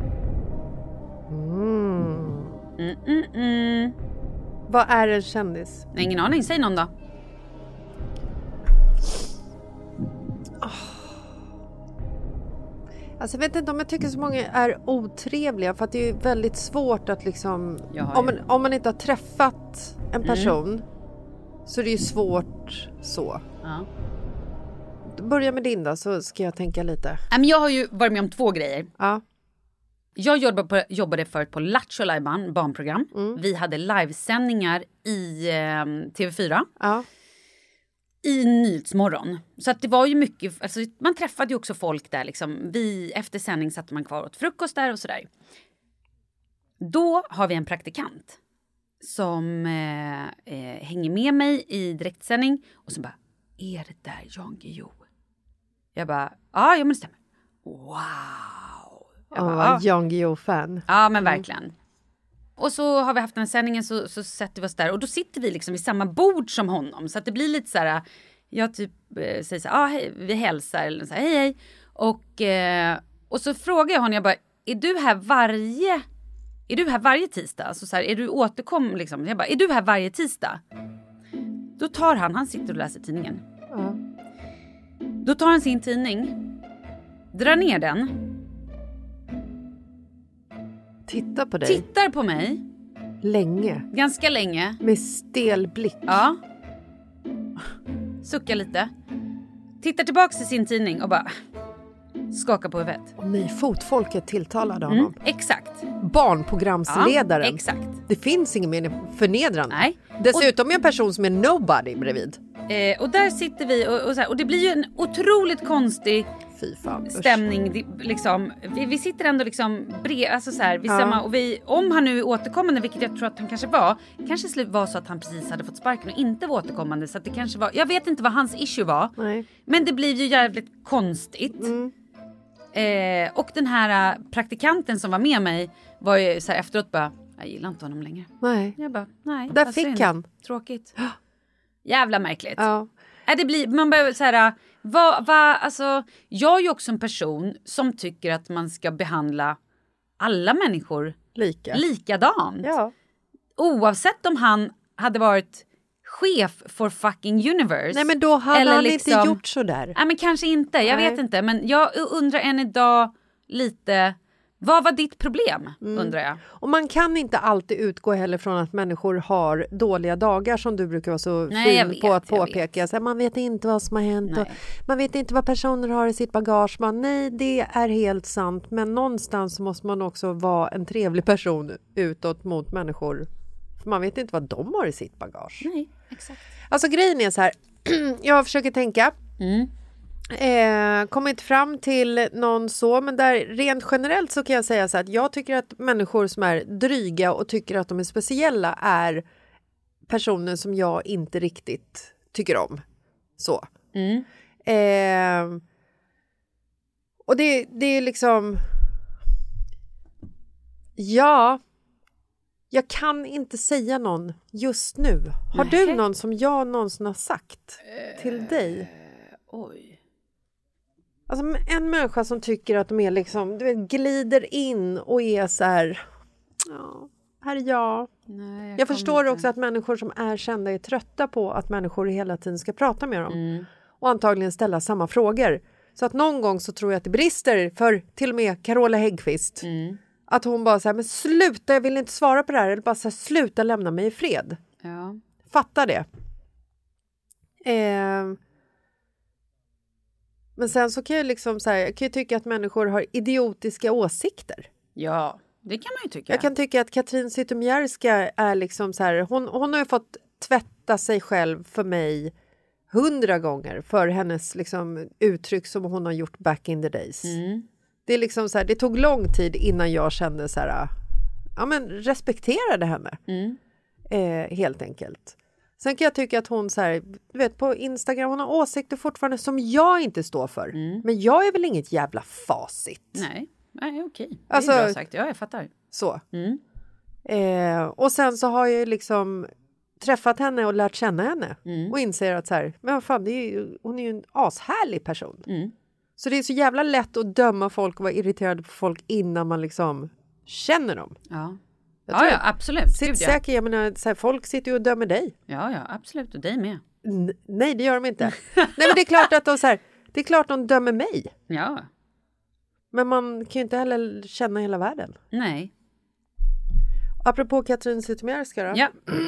Mm. Mm, mm, mm. Vad är en kändis? Nej, ingen aning. Säg någon då. Oh. Alltså jag vet inte om jag tycker så många är otrevliga. För att det är väldigt svårt att liksom... Om man, om man inte har träffat en person mm. så är det ju svårt så. Ja. Börja med din då, så ska jag tänka lite. Jag har ju varit med om två grejer. Ja. Jag jobbade, på, jobbade förut på Lattjo Lajban, barnprogram. Mm. Vi hade livesändningar i eh, T V fyra. Ja. I Nyhetsmorgon. Så att det var ju mycket, alltså man träffade ju också folk där liksom. Vi, efter sändning satte man kvar åt frukost där och sådär. Då har vi en praktikant som eh, eh, hänger med mig i direktsändning. Och så bara, är det där Jan Guillou? Jag bara, ja, ja men det stämmer. Wow! Jag bara, ja, Jan Guillou-fan. Ja, men verkligen. Mm. Och så har vi haft den här sändningen så, så sätter vi oss där. Och då sitter vi liksom i samma bord som honom. Så att det blir lite så här, jag typ eh, säger så här, ah, hej, vi hälsar. Eller så här, hej, hej. Och, eh, och så frågar jag honom, jag bara, är du här varje är du här varje tisdag? Alltså så här, är du återkom liksom? Jag bara, är du här varje tisdag? Då tar han, han sitter och läser tidningen. Ja. Då tar han sin tidning, drar ner den. Tittar på dig. Tittar på mig. Länge. Ganska länge. Med stel blick. Ja. Suckar lite. Tittar tillbaka till sin tidning och bara skakar på huvudet. Och nej, fotfolket tilltalade honom. Mm, exakt. Barnprogramsledaren. Ja, exakt. Det finns ingen mer förnedrande. Nej. Dessutom är en person som är nobody bredvid. Eh, och där sitter vi och, och, så här, och det blir ju en otroligt konstig Fy fan, stämning. Det, liksom, vi, vi sitter ändå liksom bre, alltså så här, vi Ja. samma, och vi, om han nu är återkommande, vilket jag tror att han kanske var, kanske slut var så att han precis hade fått sparken och inte var återkommande, så att det kanske var, jag vet inte vad hans issue var. Nej. Men det blir ju jävligt konstigt. Mm. Eh, och den här uh, praktikanten som var med mig var ju så här efteråt bara, jag gillar inte honom längre. Nej. Jag bara, nej. Där vad fick synd. han. Tråkigt. Jävla märkligt. Ja. Äh, det blir, man behöver så här, vad, vad, alltså, jag är ju också en person som tycker att man ska behandla alla människor Lika. likadant. Ja. Oavsett om han hade varit chef for fucking universe. Nej, men då hade eller han liksom, inte gjort så där. Nej, men kanske inte. Jag Nej. vet inte. Men jag undrar än idag lite, vad var ditt problem? Mm. Undrar jag. Och man kan inte alltid utgå heller från att människor har dåliga dagar, som du brukar vara så Nej, jag fin vet, på att jag påpeka. Så här, man vet inte vad som har hänt. Nej. Och man vet inte vad personer har i sitt bagage. Man, nej, det är helt sant. Men någonstans måste man också vara en trevlig person utåt mot människor. För man vet inte vad de har i sitt bagage. Nej, exakt. Alltså grejen är så här. Jag försöker tänka. Mm. Eh, kommer inte fram till någon så, men där rent generellt så kan jag säga så att jag tycker att människor som är dryga och tycker att de är speciella är personer som jag inte riktigt tycker om. Så. Mm. Eh, och det, det är liksom, ja, jag kan inte säga någon just nu. Har Nej. du någon som jag någonsin har sagt till dig? Oj. Alltså en människa som tycker att de är liksom, du vet, glider in och är så här, ja, här är jag. Nej, jag jag förstår inte. också att människor som är kända är trötta på att människor hela tiden ska prata med dem. Mm. Och antagligen ställa samma frågor. Så att någon gång så tror jag att det brister för till och med Carola Häggkvist. Mm. Att hon bara säger, men sluta, jag vill inte svara på det här. Eller bara så här, sluta lämna mig i fred. Ja. Fatta det. Eh, men sen så kan jag liksom så här, jag kan ju tycka att människor har idiotiska åsikter. Ja, det kan man ju tycka. Jag kan tycka att Katrin Zytomierska är liksom så här, hon, hon har ju fått tvätta sig själv för mig hundra gånger för hennes liksom uttryck som hon har gjort back in the days. Mm. Det är liksom så här, det tog lång tid innan jag kände så här, ja men respekterade henne. Mm. Eh, helt enkelt. Sen kan jag tycka att hon så här, du vet, på Instagram, hon har åsikter fortfarande som jag inte står för. Mm. Men jag är väl inget jävla facit. Nej, nej okej. Det Alltså, är bra sagt. Ja, jag fattar. Så. Mm. Eh, och sen så har jag liksom träffat henne och lärt känna henne. Mm. Och inser att så här, men vad fan, det är ju, hon är ju en ashärlig person. Mm. Så det är så jävla lätt att döma folk och vara irriterad på folk innan man liksom känner dem. Ja, Jag ja, tror ja att- absolut. Sitt Gud, ja. säker, jag menar, så här, folk sitter ju och dömer dig. Ja, ja, absolut. Och dig med. N- nej, det gör de inte. Nej, men det är klart att de så här, det är klart de dömer mig. Ja, Men man kan ju inte heller känna hela världen. nej. Apropå Katrin Zytomierska då. Ja.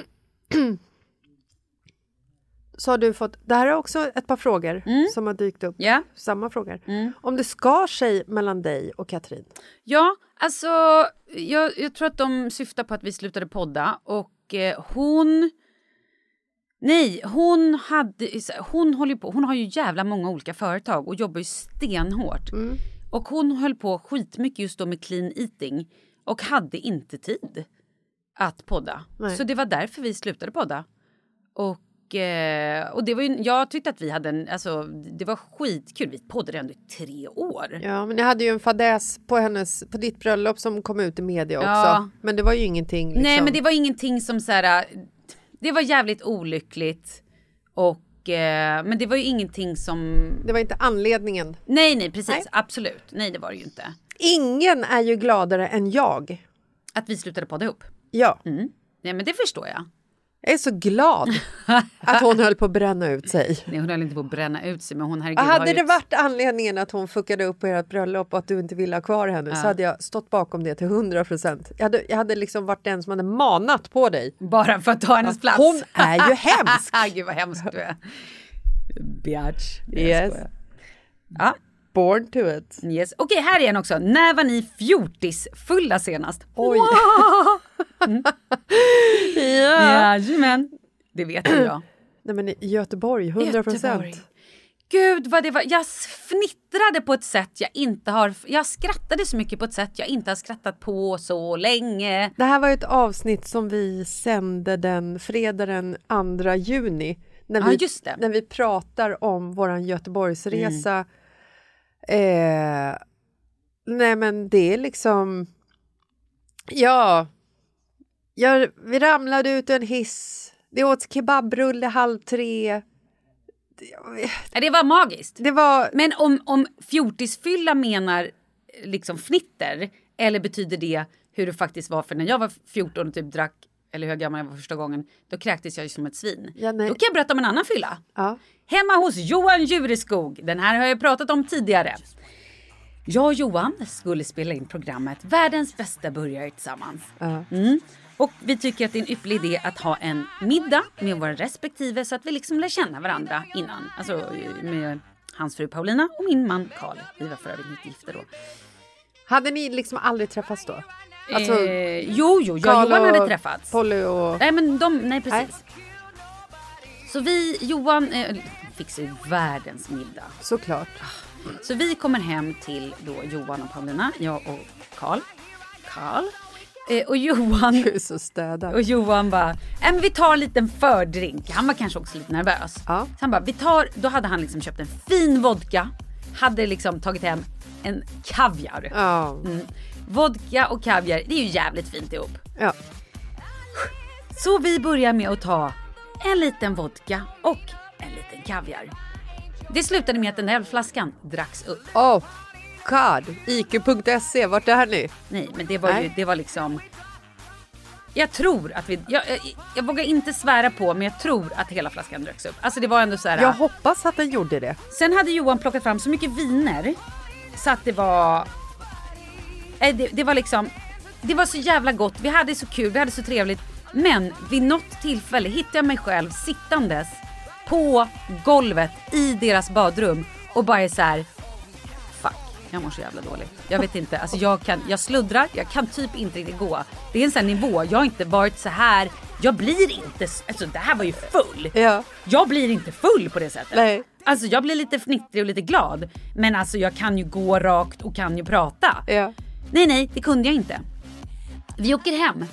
Så har du fått, det här är också ett par frågor Mm. som har dykt upp. Ja. Samma frågor. Mm. Om det skar sig mellan dig och Katrin. Ja, alltså jag, jag tror att de syftar på att vi slutade podda och eh, hon nej, hon hade hon håller ju på, hon har ju jävla många olika företag och jobbar ju stenhårt. Mm. Och hon höll på skitmycket just då med clean eating och hade inte tid att podda. Nej. Så det var därför vi slutade podda. Och Och det var ju, jag tyckte att vi hade en, alltså det var skitkul, vi poddade ändå i tre år. Ja, men ni hade ju en fadäs på hennes, på ditt bröllop som kom ut i media också. Ja. Men det var ju ingenting liksom. Nej, men det var ingenting som så här, det var jävligt olyckligt och eh, men det var ju ingenting som, Det var inte anledningen. nej nej precis, Nej. absolut, nej det var det ju inte. Ingen är ju gladare än jag Att vi slutade podda ihop. Ja. Mm. Ja, men det förstår jag. Jag är så glad att hon höll på att bränna ut sig. Nej, hon höll inte på att bränna ut sig, men hon herregud, hade det ett... varit anledningen att hon fuckade upp på ert bröllop och att du inte ville ha kvar henne ja. så hade jag stått bakom det till hundra procent. Jag hade, jag hade liksom varit den som hade manat på dig. Bara för att ta hennes plats. Hon är ju hemsk. Gud vad hemsk du är. Biatch. Yes. Ja. Born to it. Yes. Okej, här är en också. När var ni fjortis fulla senast? Oj. Mm. ja. Ja, men det vet jag. Nej, men i Göteborg, hundra procent. Gud vad det var. Jag fnittrade på ett sätt jag inte har. Jag skrattade så mycket på ett sätt jag inte har skrattat på så länge. Det här var ett avsnitt som vi sände den fredag den andra juni. När vi, ja, just det. När vi pratar om våran Göteborgsresa. Mm. Eh, nej men det är liksom. Ja. Jag, vi ramlade ut ur en hiss. Det åt kebabrulle halv tre. Det, det var magiskt. Det var... Men om, om fjortisfylla menar liksom fnitter, eller betyder det hur det faktiskt var? För när jag var fjorton och typ drack, eller hur gammal jag var första gången, då kräktes jag ju som ett svin. Ja, då kan jag berätta om en annan fylla. Ja. Hemma hos Johan Jureskog. Den här har jag pratat om tidigare. Jag och Johan skulle spela in programmet Världens bästa burgare tillsammans. Ja. Mm. Och vi tycker att det är en ypperlig idé att ha en middag med våra respektive så att vi liksom lär känna varandra innan. Alltså med hans fru Paulina och min man Karl. Vi var för övrigt inte gifta då. Hade ni liksom aldrig träffats då? Alltså, eh, jo, jo, jag och Johan hade träffats. Polly och... Nej, men de, nej precis. Nej. Så vi, Johan, eh, fixar ju världens middag. Såklart. Så vi kommer hem till då Johan och Paulina, jag och Karl. Karl. Eh, och Johan du är så städad. Och Johan bara, äh, men vi tar en liten fördrink. Han var kanske också lite nervös. Ja. Så han bara, vi tar, då hade han liksom köpt en fin vodka. Hade liksom tagit hem en kaviar. Ja. Mm. Vodka och kaviar, det är ju jävligt fint ihop. Ja. Så vi börjar med att ta en liten vodka och en liten kaviar. Det slutade med att den där flaskan dracks upp. Oh. God, I Q punkt se, vart är ni? Nej, men det var Nej. ju det var liksom. Jag tror att vi jag, jag, jag vågar inte svära på, men jag tror att hela flaskan dracks upp. Alltså det var ändå så här. Jag hoppas att den gjorde det. Sen hade Johan plockat fram så mycket viner så att det var äh, det, det var liksom det var så jävla gott. Vi hade så kul, vi hade så trevligt. Men vid något tillfälle hittade jag mig själv sittandes på golvet i deras badrum och bara är så här. Jag mår så jävla dåligt. Jag vet inte. Alltså jag, kan, jag sluddrar. Jag kan typ inte riktigt gå. Det är en sån nivå. Jag har inte varit så här. Jag blir inte... Alltså det här var ju full. Ja. Jag blir inte full på det sättet. Nej. Alltså jag blir lite fnittrig och lite glad. Men alltså jag kan ju gå rakt och kan ju prata. Ja. Nej, nej. Det kunde jag inte. Vi åker hem.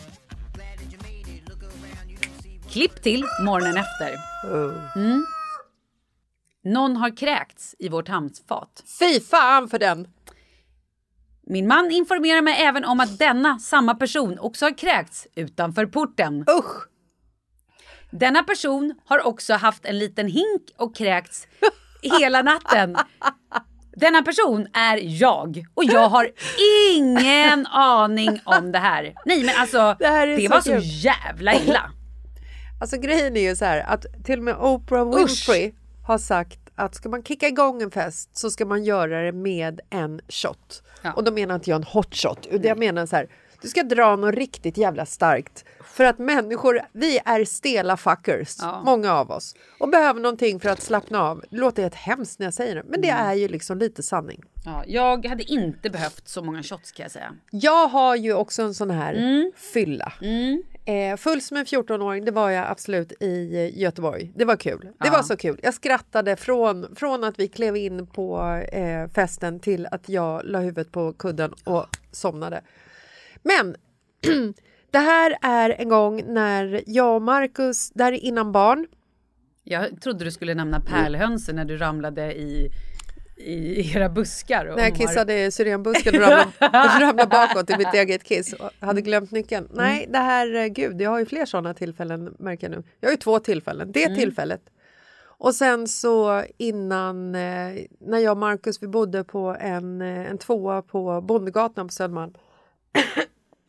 Klipp till morgonen efter. Mm. Någon har kräkts i vårt handfat. Fy fan för den. Min man informerar mig även om att denna samma person också har kräkts utanför porten. Usch. Denna person har också haft en liten hink och kräkts hela natten. Denna person är jag. Och jag har ingen aning om det här. Nej, men alltså, det, det så var kul. Så jävla illa. Alltså grejen är ju så här att till och med Oprah Winfrey Usch. har sagt att ska man kicka igång en fest så ska man göra det med en shot. Ja. Och då menar inte jag en hot shot. Nej. Jag menar så här, du ska dra något riktigt jävla starkt. För att människor, vi är stela fuckers, ja. många av oss. Och behöver någonting för att slappna av. Det låter helt hemskt när jag säger det, men det är ju liksom lite sanning. Ja, jag hade inte behövt så många shots kan jag säga. Jag har ju också en sån här mm. fylla. Mm. Eh, full som en fjortonåring, det var jag absolut i Göteborg. Det var kul. Det ja. var så kul. Jag skrattade från, från att vi klev in på eh, festen till att jag la huvudet på kudden och somnade. Men det här är en gång när jag och Marcus, det här är innan barn. Jag trodde du skulle nämna pärlhönsen när du ramlade i, i era buskar. Och när jag kissade i syrenbusken och ramlade, ramlade bakåt i mitt eget kiss och hade glömt nyckeln. Mm. Nej, det här, gud, jag har ju fler sådana tillfällen, märker jag nu. Jag har ju två tillfällen, det är mm. tillfället. Och sen så innan, eh, när jag och Marcus, vi bodde på en, en tvåa på Bondegatan på Södermalm.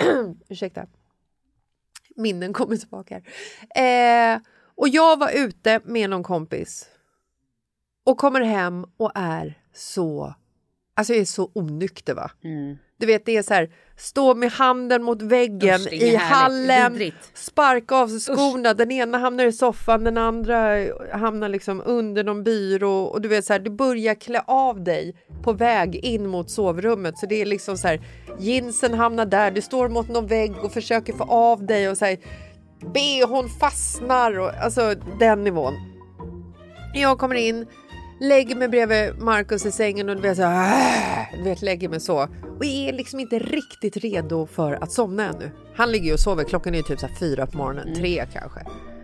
Ursäkta. Minnen kommer tillbaka här. Eh, och jag var ute med någon kompis. Och kommer hem och är så... Alltså jag är så onykter va? Mm. Du vet det är så här, stå med handen mot väggen Usch, i hallen, vidrigt. Sparka av sig skorna, Usch. Den ena hamnar i soffan, den andra hamnar liksom under någon byrå och du vet så här, du börjar klä av dig på väg in mot sovrummet så det är liksom så här, jeansen hamnar där, du står mot någon vägg och försöker få av dig och så här, behån fastnar och alltså den nivån. Jag kommer in, lägger mig bredvid Marcus i sängen och du vet, så här, du vet lägger mig så. Och är liksom inte riktigt redo för att somna ännu. Han ligger ju och sover, klockan är ju typ så här fyra på morgonen, mm. tre kanske.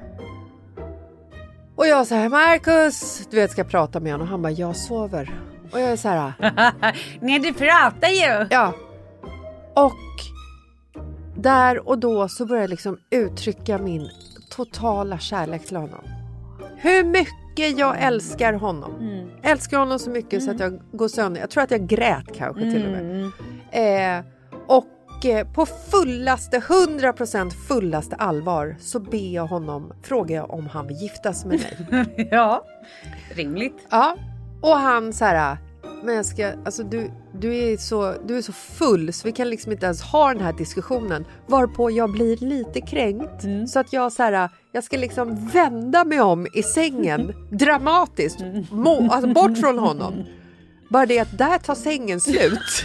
Och jag säger Marcus, du vet ska jag prata med honom och han bara, jag sover. Och jag är så här. Nej du pratar ju. Ja. Och där och då så börjar jag liksom uttrycka min totala kärlek till honom. Hur mycket jag älskar honom. Mm. Älskar honom så mycket mm. så att jag går sönder. Jag tror att jag grät kanske mm. till och med. Eh, och eh, på fullaste, hundra procent fullaste allvar så ber jag honom, frågar jag om han vill giftas med mig. Ja, rimligt. Ja, och han så här, men jag ska, alltså du, du, är så, du är så full så vi kan liksom inte ens ha den här diskussionen. Varpå jag blir lite kränkt. Mm. Så att jag så här, jag ska liksom vända mig om i sängen dramatiskt. Må, alltså bort från honom. Bara det att där tar sängen slut.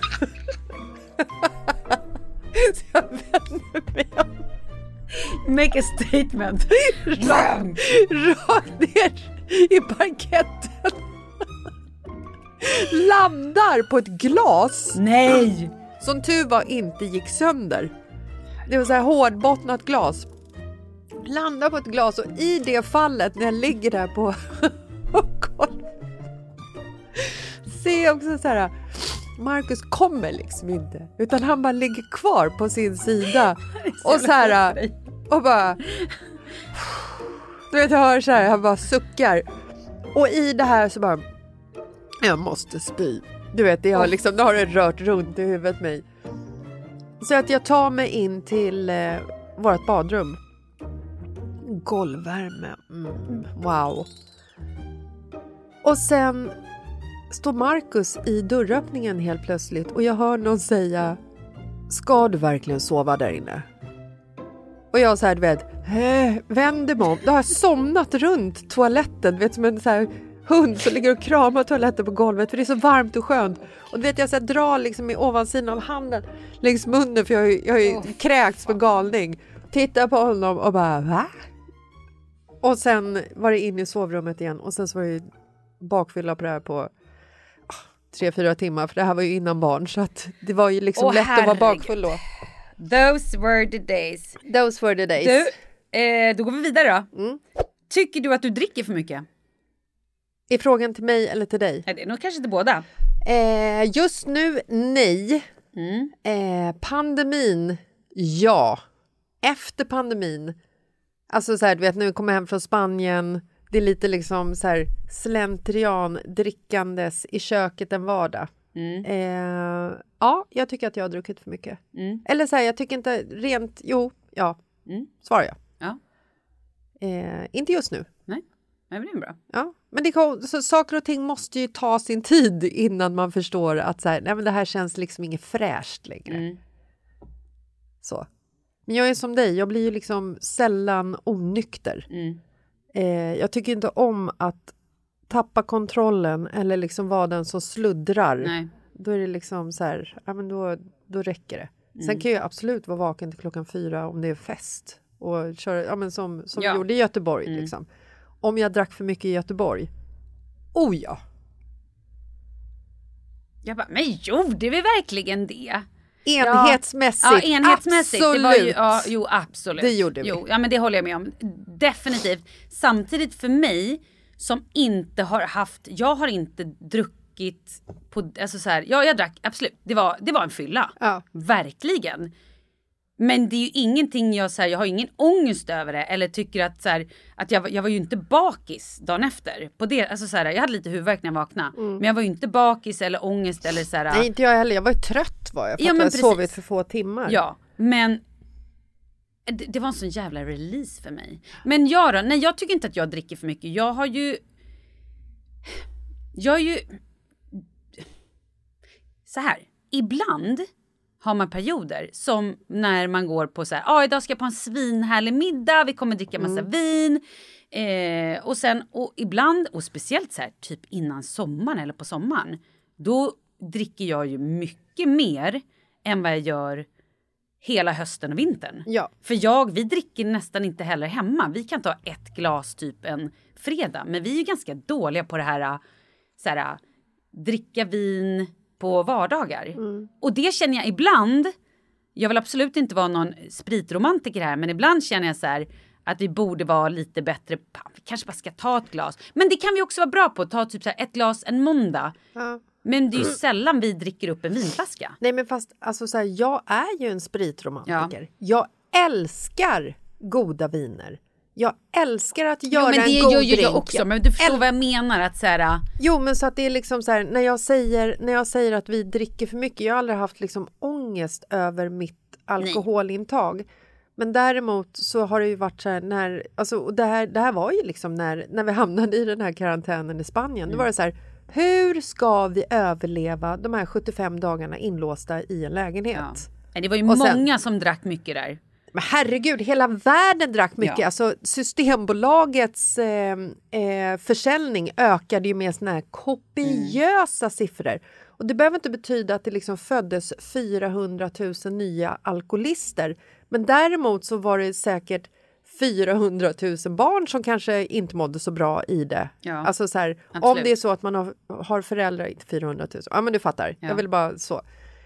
Så jag vänder mig om. Make a statement. Rakt, rakt ner i parketten. Landar på ett glas. Nej. Som tur var inte gick sönder. Det var så här hårdbottnat glas. Landar på ett glas och i det fallet när jag ligger där på ser jag också så här, Marcus kommer liksom inte utan han bara ligger kvar på sin sida och så här och bara du vet jag hör så här, han bara suckar och i det här så bara jag måste spy. Du vet, det har liksom, det har det rört runt i huvudet mig. Så att jag tar mig in till eh, vårt badrum. Golvvärme. Mm, wow. Och sen står Marcus i dörröppningen helt plötsligt. Och jag hör någon säga, ska du verkligen sova där inne? Och jag så här, du vet, vänder mig om. Då har jag somnat runt toaletten. Du vet, som en så här hund som ligger och kramar toaletten på golvet för det är så varmt och skönt. Och du vet jag så här, drar liksom i ovansidan av handen längs munnen för jag har ju, jag har ju oh. kräkts på galning. Tittar på honom och bara va? Och sen var det in i sovrummet igen och sen så var det bakfylla på det här på oh, tre, fyra timmar för det här var ju innan barn så att det var ju liksom oh, lätt herregud. Att vara bakfull då. Those were the days. Those were the days. Du, eh, då går vi vidare då. Mm. Tycker du att du dricker för mycket? Är frågan till mig eller till dig? Är det nog kanske till båda? Eh, just nu, nej. Mm. Eh, pandemin, ja. Efter pandemin. Alltså så här, du vet, när vi kommer hem från Spanien. Det är lite liksom så här slentrian, drickandes i köket en vardag. Mm. Eh, ja, jag tycker att jag har druckit för mycket. Mm. Eller så här, jag tycker inte rent, jo, ja. Mm. Svarar jag. Ja. Eh, inte just nu. Nej. Nej, men det är bra. Ja, men det kan, så saker och ting måste ju ta sin tid innan man förstår att så här, nej, men det här känns liksom inget fräscht längre. Mm. Så. Men jag är som dig, jag blir ju liksom sällan onykter. Mm. Eh, jag tycker inte om att tappa kontrollen eller liksom vara den som sluddrar. Nej. Då är det liksom så här, ja men då, då räcker det. Mm. Sen kan jag absolut vara vaken till klockan fyra om det är fest. Och köra, ja men som, som ja. vi gjorde i Göteborg mm. liksom. Om jag drack för mycket i Göteborg. Oh ja. Jag bara, men gjorde vi verkligen det? Enhetsmässigt. Ja, ja enhetsmässigt. Absolut. Det var ju, ja, jo, absolut. Det gjorde vi. Jo, ja, men det håller jag med om. Definitivt. Samtidigt för mig som inte har haft, jag har inte druckit på, alltså så här, ja jag drack, absolut. Det var, det var en fylla. Ja. Verkligen. Men det är ju ingenting jag så här, jag har ingen ångest över det eller tycker att så här, att jag, jag var ju inte bakis dagen efter på det, alltså så här, jag hade lite huvudvärk när jag vaknade mm. men jag var ju inte bakis eller ångest eller så här. Nej, inte jag heller, jag var ju trött var jag för ja, att jag sovit för få timmar. Ja. Men det, det var en sån jävla release för mig. Men jag då? Nej, jag tycker inte att jag dricker för mycket. Jag har ju... Jag är ju... Så här. Ibland har man perioder som när man går på så här... Ja, ah, idag ska jag på en svinhärlig middag. Vi kommer dricka massa mm. vin. Eh, och sen... Och ibland, och speciellt så här, typ innan sommaren eller på sommaren. Då dricker jag ju mycket mer än vad jag gör hela hösten och vintern. Ja. För jag, vi dricker nästan inte heller hemma. Vi kan ta ett glas typ en fredag. Men vi är ju ganska dåliga på det här, så här dricka vin på vardagar. Mm. Och det känner jag ibland, jag vill absolut inte vara någon spritromantiker här, men ibland känner jag så här att vi borde vara lite bättre, vi kanske bara ska ta ett glas. Men det kan vi också vara bra på, ta typ så här ett glas en måndag. Ja. Men det är ju sällan vi dricker upp en vinflaska. Nej, men fast alltså så här, jag är ju en spritromantiker. Ja. Jag älskar goda viner. Jag älskar att göra jo, men det en god gör drink. Jag också, men du förstår Äl- vad jag menar att så här... Jo, men så att det är liksom så här, när jag säger när jag säger att vi dricker för mycket, jag har aldrig haft liksom ångest över mitt alkoholintag. Nej. Men däremot så har det ju varit så här när alltså och det här det här var ju liksom när när vi hamnade i den här karantänen i Spanien. Mm. Då var det så här, hur ska vi överleva de här sjuttiofem dagarna inlåsta i en lägenhet? Ja. Det var ju och många sen, som drack mycket där. Men herregud, hela världen drack mycket. Ja. Alltså Systembolagets eh, eh, försäljning ökade ju med såna här kopiösa mm. siffror. Och det behöver inte betyda att det liksom föddes fyrahundratusen nya alkoholister. Men däremot så var det säkert fyrahundratusen barn som kanske inte mådde så bra i det. Ja, alltså så här, om det är så att man har, har föräldrar, inte fyrahundratusen. Ja, men du fattar. Ja. Jag vill bara så.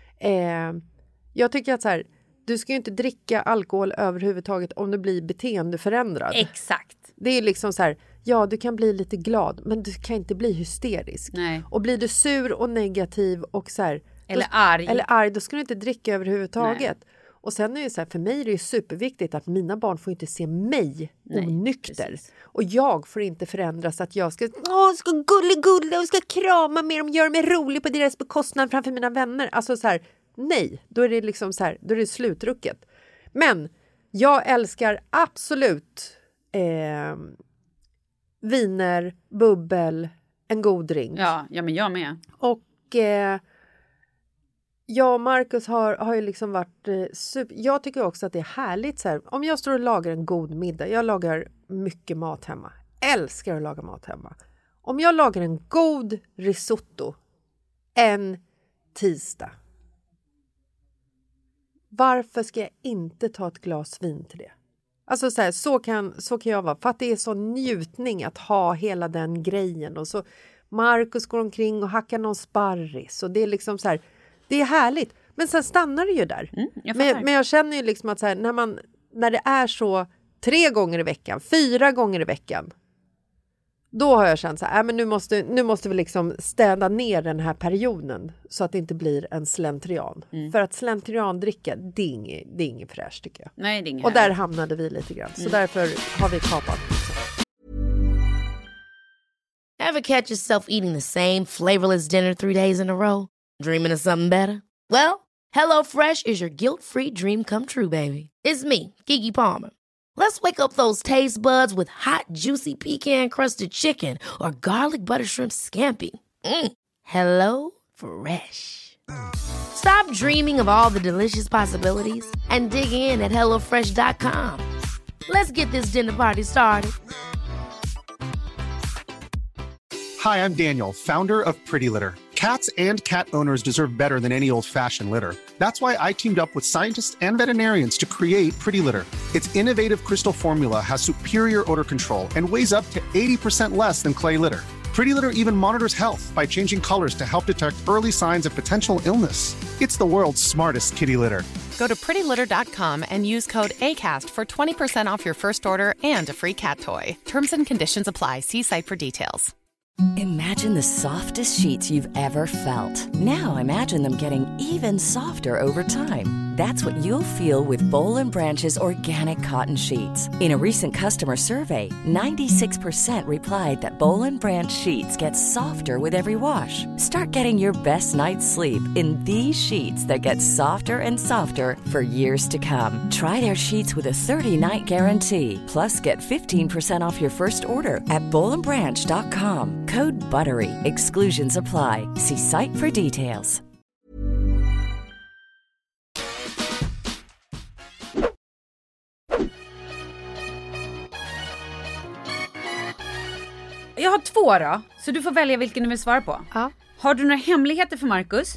Eh, jag tycker att så här, du ska ju inte dricka alkohol överhuvudtaget om du blir beteendeförändrad. Exakt. Det är liksom så här, ja, du kan bli lite glad, men du kan inte bli hysterisk. Nej. Och blir du sur och negativ och så här, eller då, arg. Eller arg, då ska du inte dricka överhuvudtaget. Nej. Och sen är det så här, för mig är det ju superviktigt att mina barn får inte se mig Nej, onykter. Precis. Och jag får inte förändras att jag ska, åh, ska gulligulla och ska krama mer och göra mig rolig på deras bekostnad framför mina vänner. Alltså så här, nej, då är det liksom så här, då är det slutrucket. Men jag älskar absolut eh, viner, bubbel, en god drink. Ja, ja men jag med. Och eh, jag och Marcus har, har ju liksom varit eh, super... Jag tycker också att det är härligt så här, om jag står och lagar en god middag. Jag lagar mycket mat hemma. Älskar att laga mat hemma. Om jag lagar en god risotto en tisdag. Varför ska jag inte ta ett glas vin till det? Alltså så här, så kan, så kan jag vara. För att det är så njutning att ha hela den grejen. Och så Marcus går omkring och hackar någon sparris. Och det är liksom så här, det är härligt. Men sen stannar det ju där. Mm, jag men, men jag känner ju liksom att så här, när, man, när det är så tre gånger i veckan, fyra gånger i veckan. Då har jag känt så här, äh, men nu måste, nu måste vi liksom städa ner den här perioden. Så att det inte blir en slentrian. Mm. För att slentrian dricka, det är inget, det är inget fräscht tycker jag. Nej, det är inget och där hamnade vi lite grann. Så mm. därför har vi kapat. Ever catch yourself eating the same flavorless dinner three days in a row? Dreaming of something better? Well, HelloFresh is your guilt-free dream come true, baby. It's me, Keke Palmer. Let's wake up those taste buds with hot, juicy pecan-crusted chicken or garlic butter shrimp scampi. Mm. Hello Fresh. Stop dreaming of all the delicious possibilities and dig in at hello fresh dot com. Let's get this dinner party started. Hi, I'm Daniel, founder of Pretty Litter. Cats and cat owners deserve better than any old-fashioned litter. That's why I teamed up with scientists and veterinarians to create Pretty Litter. Its innovative crystal formula has superior odor control and weighs up to eighty percent less than clay litter. Pretty Litter even monitors health by changing colors to help detect early signs of potential illness. It's the world's smartest kitty litter. Go to pretty litter dot com and use code ACAST for twenty percent off your first order and a free cat toy. Terms and conditions apply. See site for details. Imagine the softest sheets you've ever felt. Now imagine them getting even softer over time. That's what you'll feel with Boll and Branch's organic cotton sheets. In a recent customer survey, ninety-six percent replied that Boll and Branch sheets get softer with every wash. Start getting your best night's sleep in these sheets that get softer and softer for years to come. Try their sheets with a thirty-night guarantee. Plus, get fifteen percent off your first order at boll and branch dot com. Code BUTTERY. Exclusions apply. See site for details. Jag har två då, så du får välja vilken du vill svara på. Ja. Har du några hemligheter för Marcus?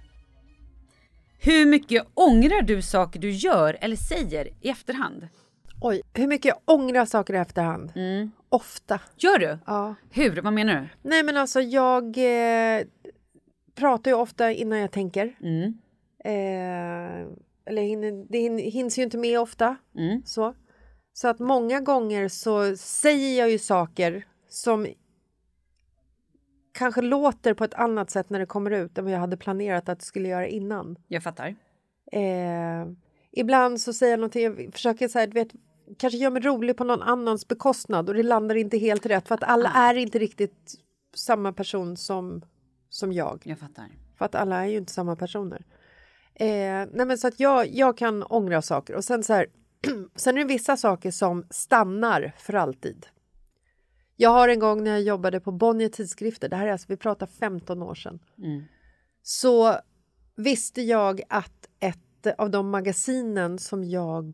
Hur mycket ångrar du saker du gör eller säger i efterhand? Oj, hur mycket jag ångrar saker i efterhand? Mm. Ofta. Gör du? Ja. Hur? Vad menar du? Nej men alltså jag eh, pratar ju ofta innan jag tänker. Mm. Eh, eller hinner, det hin, hinns ju inte med ofta. Mm. Så. så att många gånger så säger jag ju saker som kanske låter på ett annat sätt när det kommer ut än vad jag hade planerat att det skulle göra innan. Jag fattar. Eh, ibland så säger jag någonting, jag försöker säga, du vet, kanske gör mig rolig på någon annans bekostnad och det landar inte helt rätt för att alla ah. är inte riktigt samma person som, som jag. Jag fattar. För att alla är ju inte samma personer. Eh, nej men så att jag, jag kan ångra saker och sen så här, sen är det vissa saker som stannar för alltid. Jag har en gång när jag jobbade på Bonnier tidskrifter, det här är alltså, vi pratar femton år sedan. Mm. Så visste jag att ett av de magasinen som jag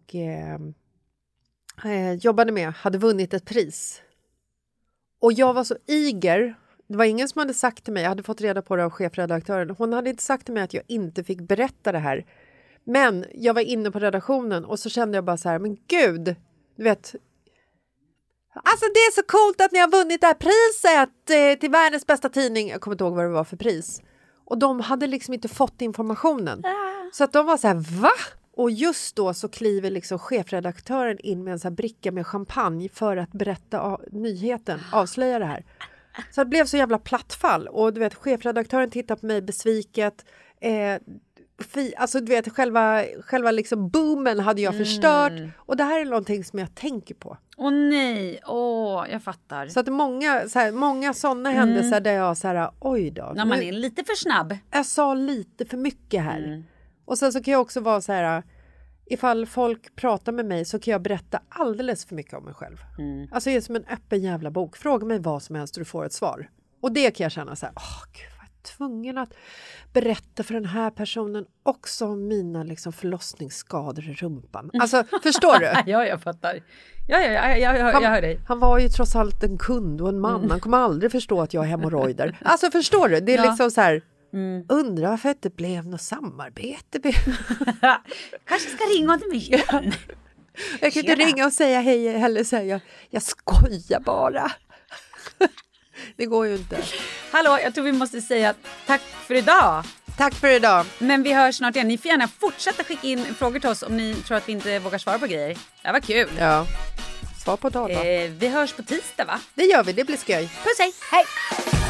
eh, jobbade med hade vunnit ett pris. Och jag var så eager, det var ingen som hade sagt till mig, jag hade fått reda på det av chefredaktören. Hon hade inte sagt till mig att jag inte fick berätta det här. Men jag var inne på redaktionen och så kände jag bara så här, men gud, du vet... Alltså det är så coolt att ni har vunnit det här priset eh, till världens bästa tidning. Jag kommer inte ihåg vad det var för pris. Och de hade liksom inte fått informationen. Ah. Så att de var så här, va? Och just då så kliver liksom chefredaktören in med en så här bricka med champagne för att berätta av, nyheten, avslöja det här. Så det blev så jävla plattfall. Och du vet, chefredaktören tittar på mig besviket. Eh, fi, alltså du vet, själva, själva liksom boomen hade jag förstört. Mm. Och det här är någonting som jag tänker på. Åh nej, åh, jag fattar. Så att många, så här, många sådana mm. händelser där jag så här, oj då. När man är lite för snabb. Jag sa lite för mycket här. Mm. Och sen så kan jag också vara så här, ifall folk pratar med mig så kan jag berätta alldeles för mycket om mig själv. Mm. Alltså jag är som en öppen jävla bok. Fråga mig vad som helst och du får ett svar. Och det kan jag känna så här, åh gud vad jag är tvungen att berätta för den här personen också om mina liksom förlossningsskador i rumpan. Alltså förstår du? Ja, jag fattar. Ja, ja, ja, ja, ja, han, jag hör dig. Han var ju trots allt en kund och en man. Mm. Han kommer aldrig förstå att jag har hemorrojder. Alltså förstår du? Det är ja. liksom så här, mm. undrar varför det blev något samarbete. Kanske ska ringa till mig igen. Jag kan inte ringa och säga hej eller säga jag, jag skojar bara. Det går ju inte. Hallå, jag tror vi måste säga tack för idag. Tack för idag. Men vi hörs snart igen. Ni får gärna fortsätta skicka in frågor till oss om ni tror att vi inte vågar svara på grejer. Det var kul. Ja. Svar på tal då. Eh, vi hörs på tisdag va? Det gör vi, det blir skoj. Puss hej. Hej.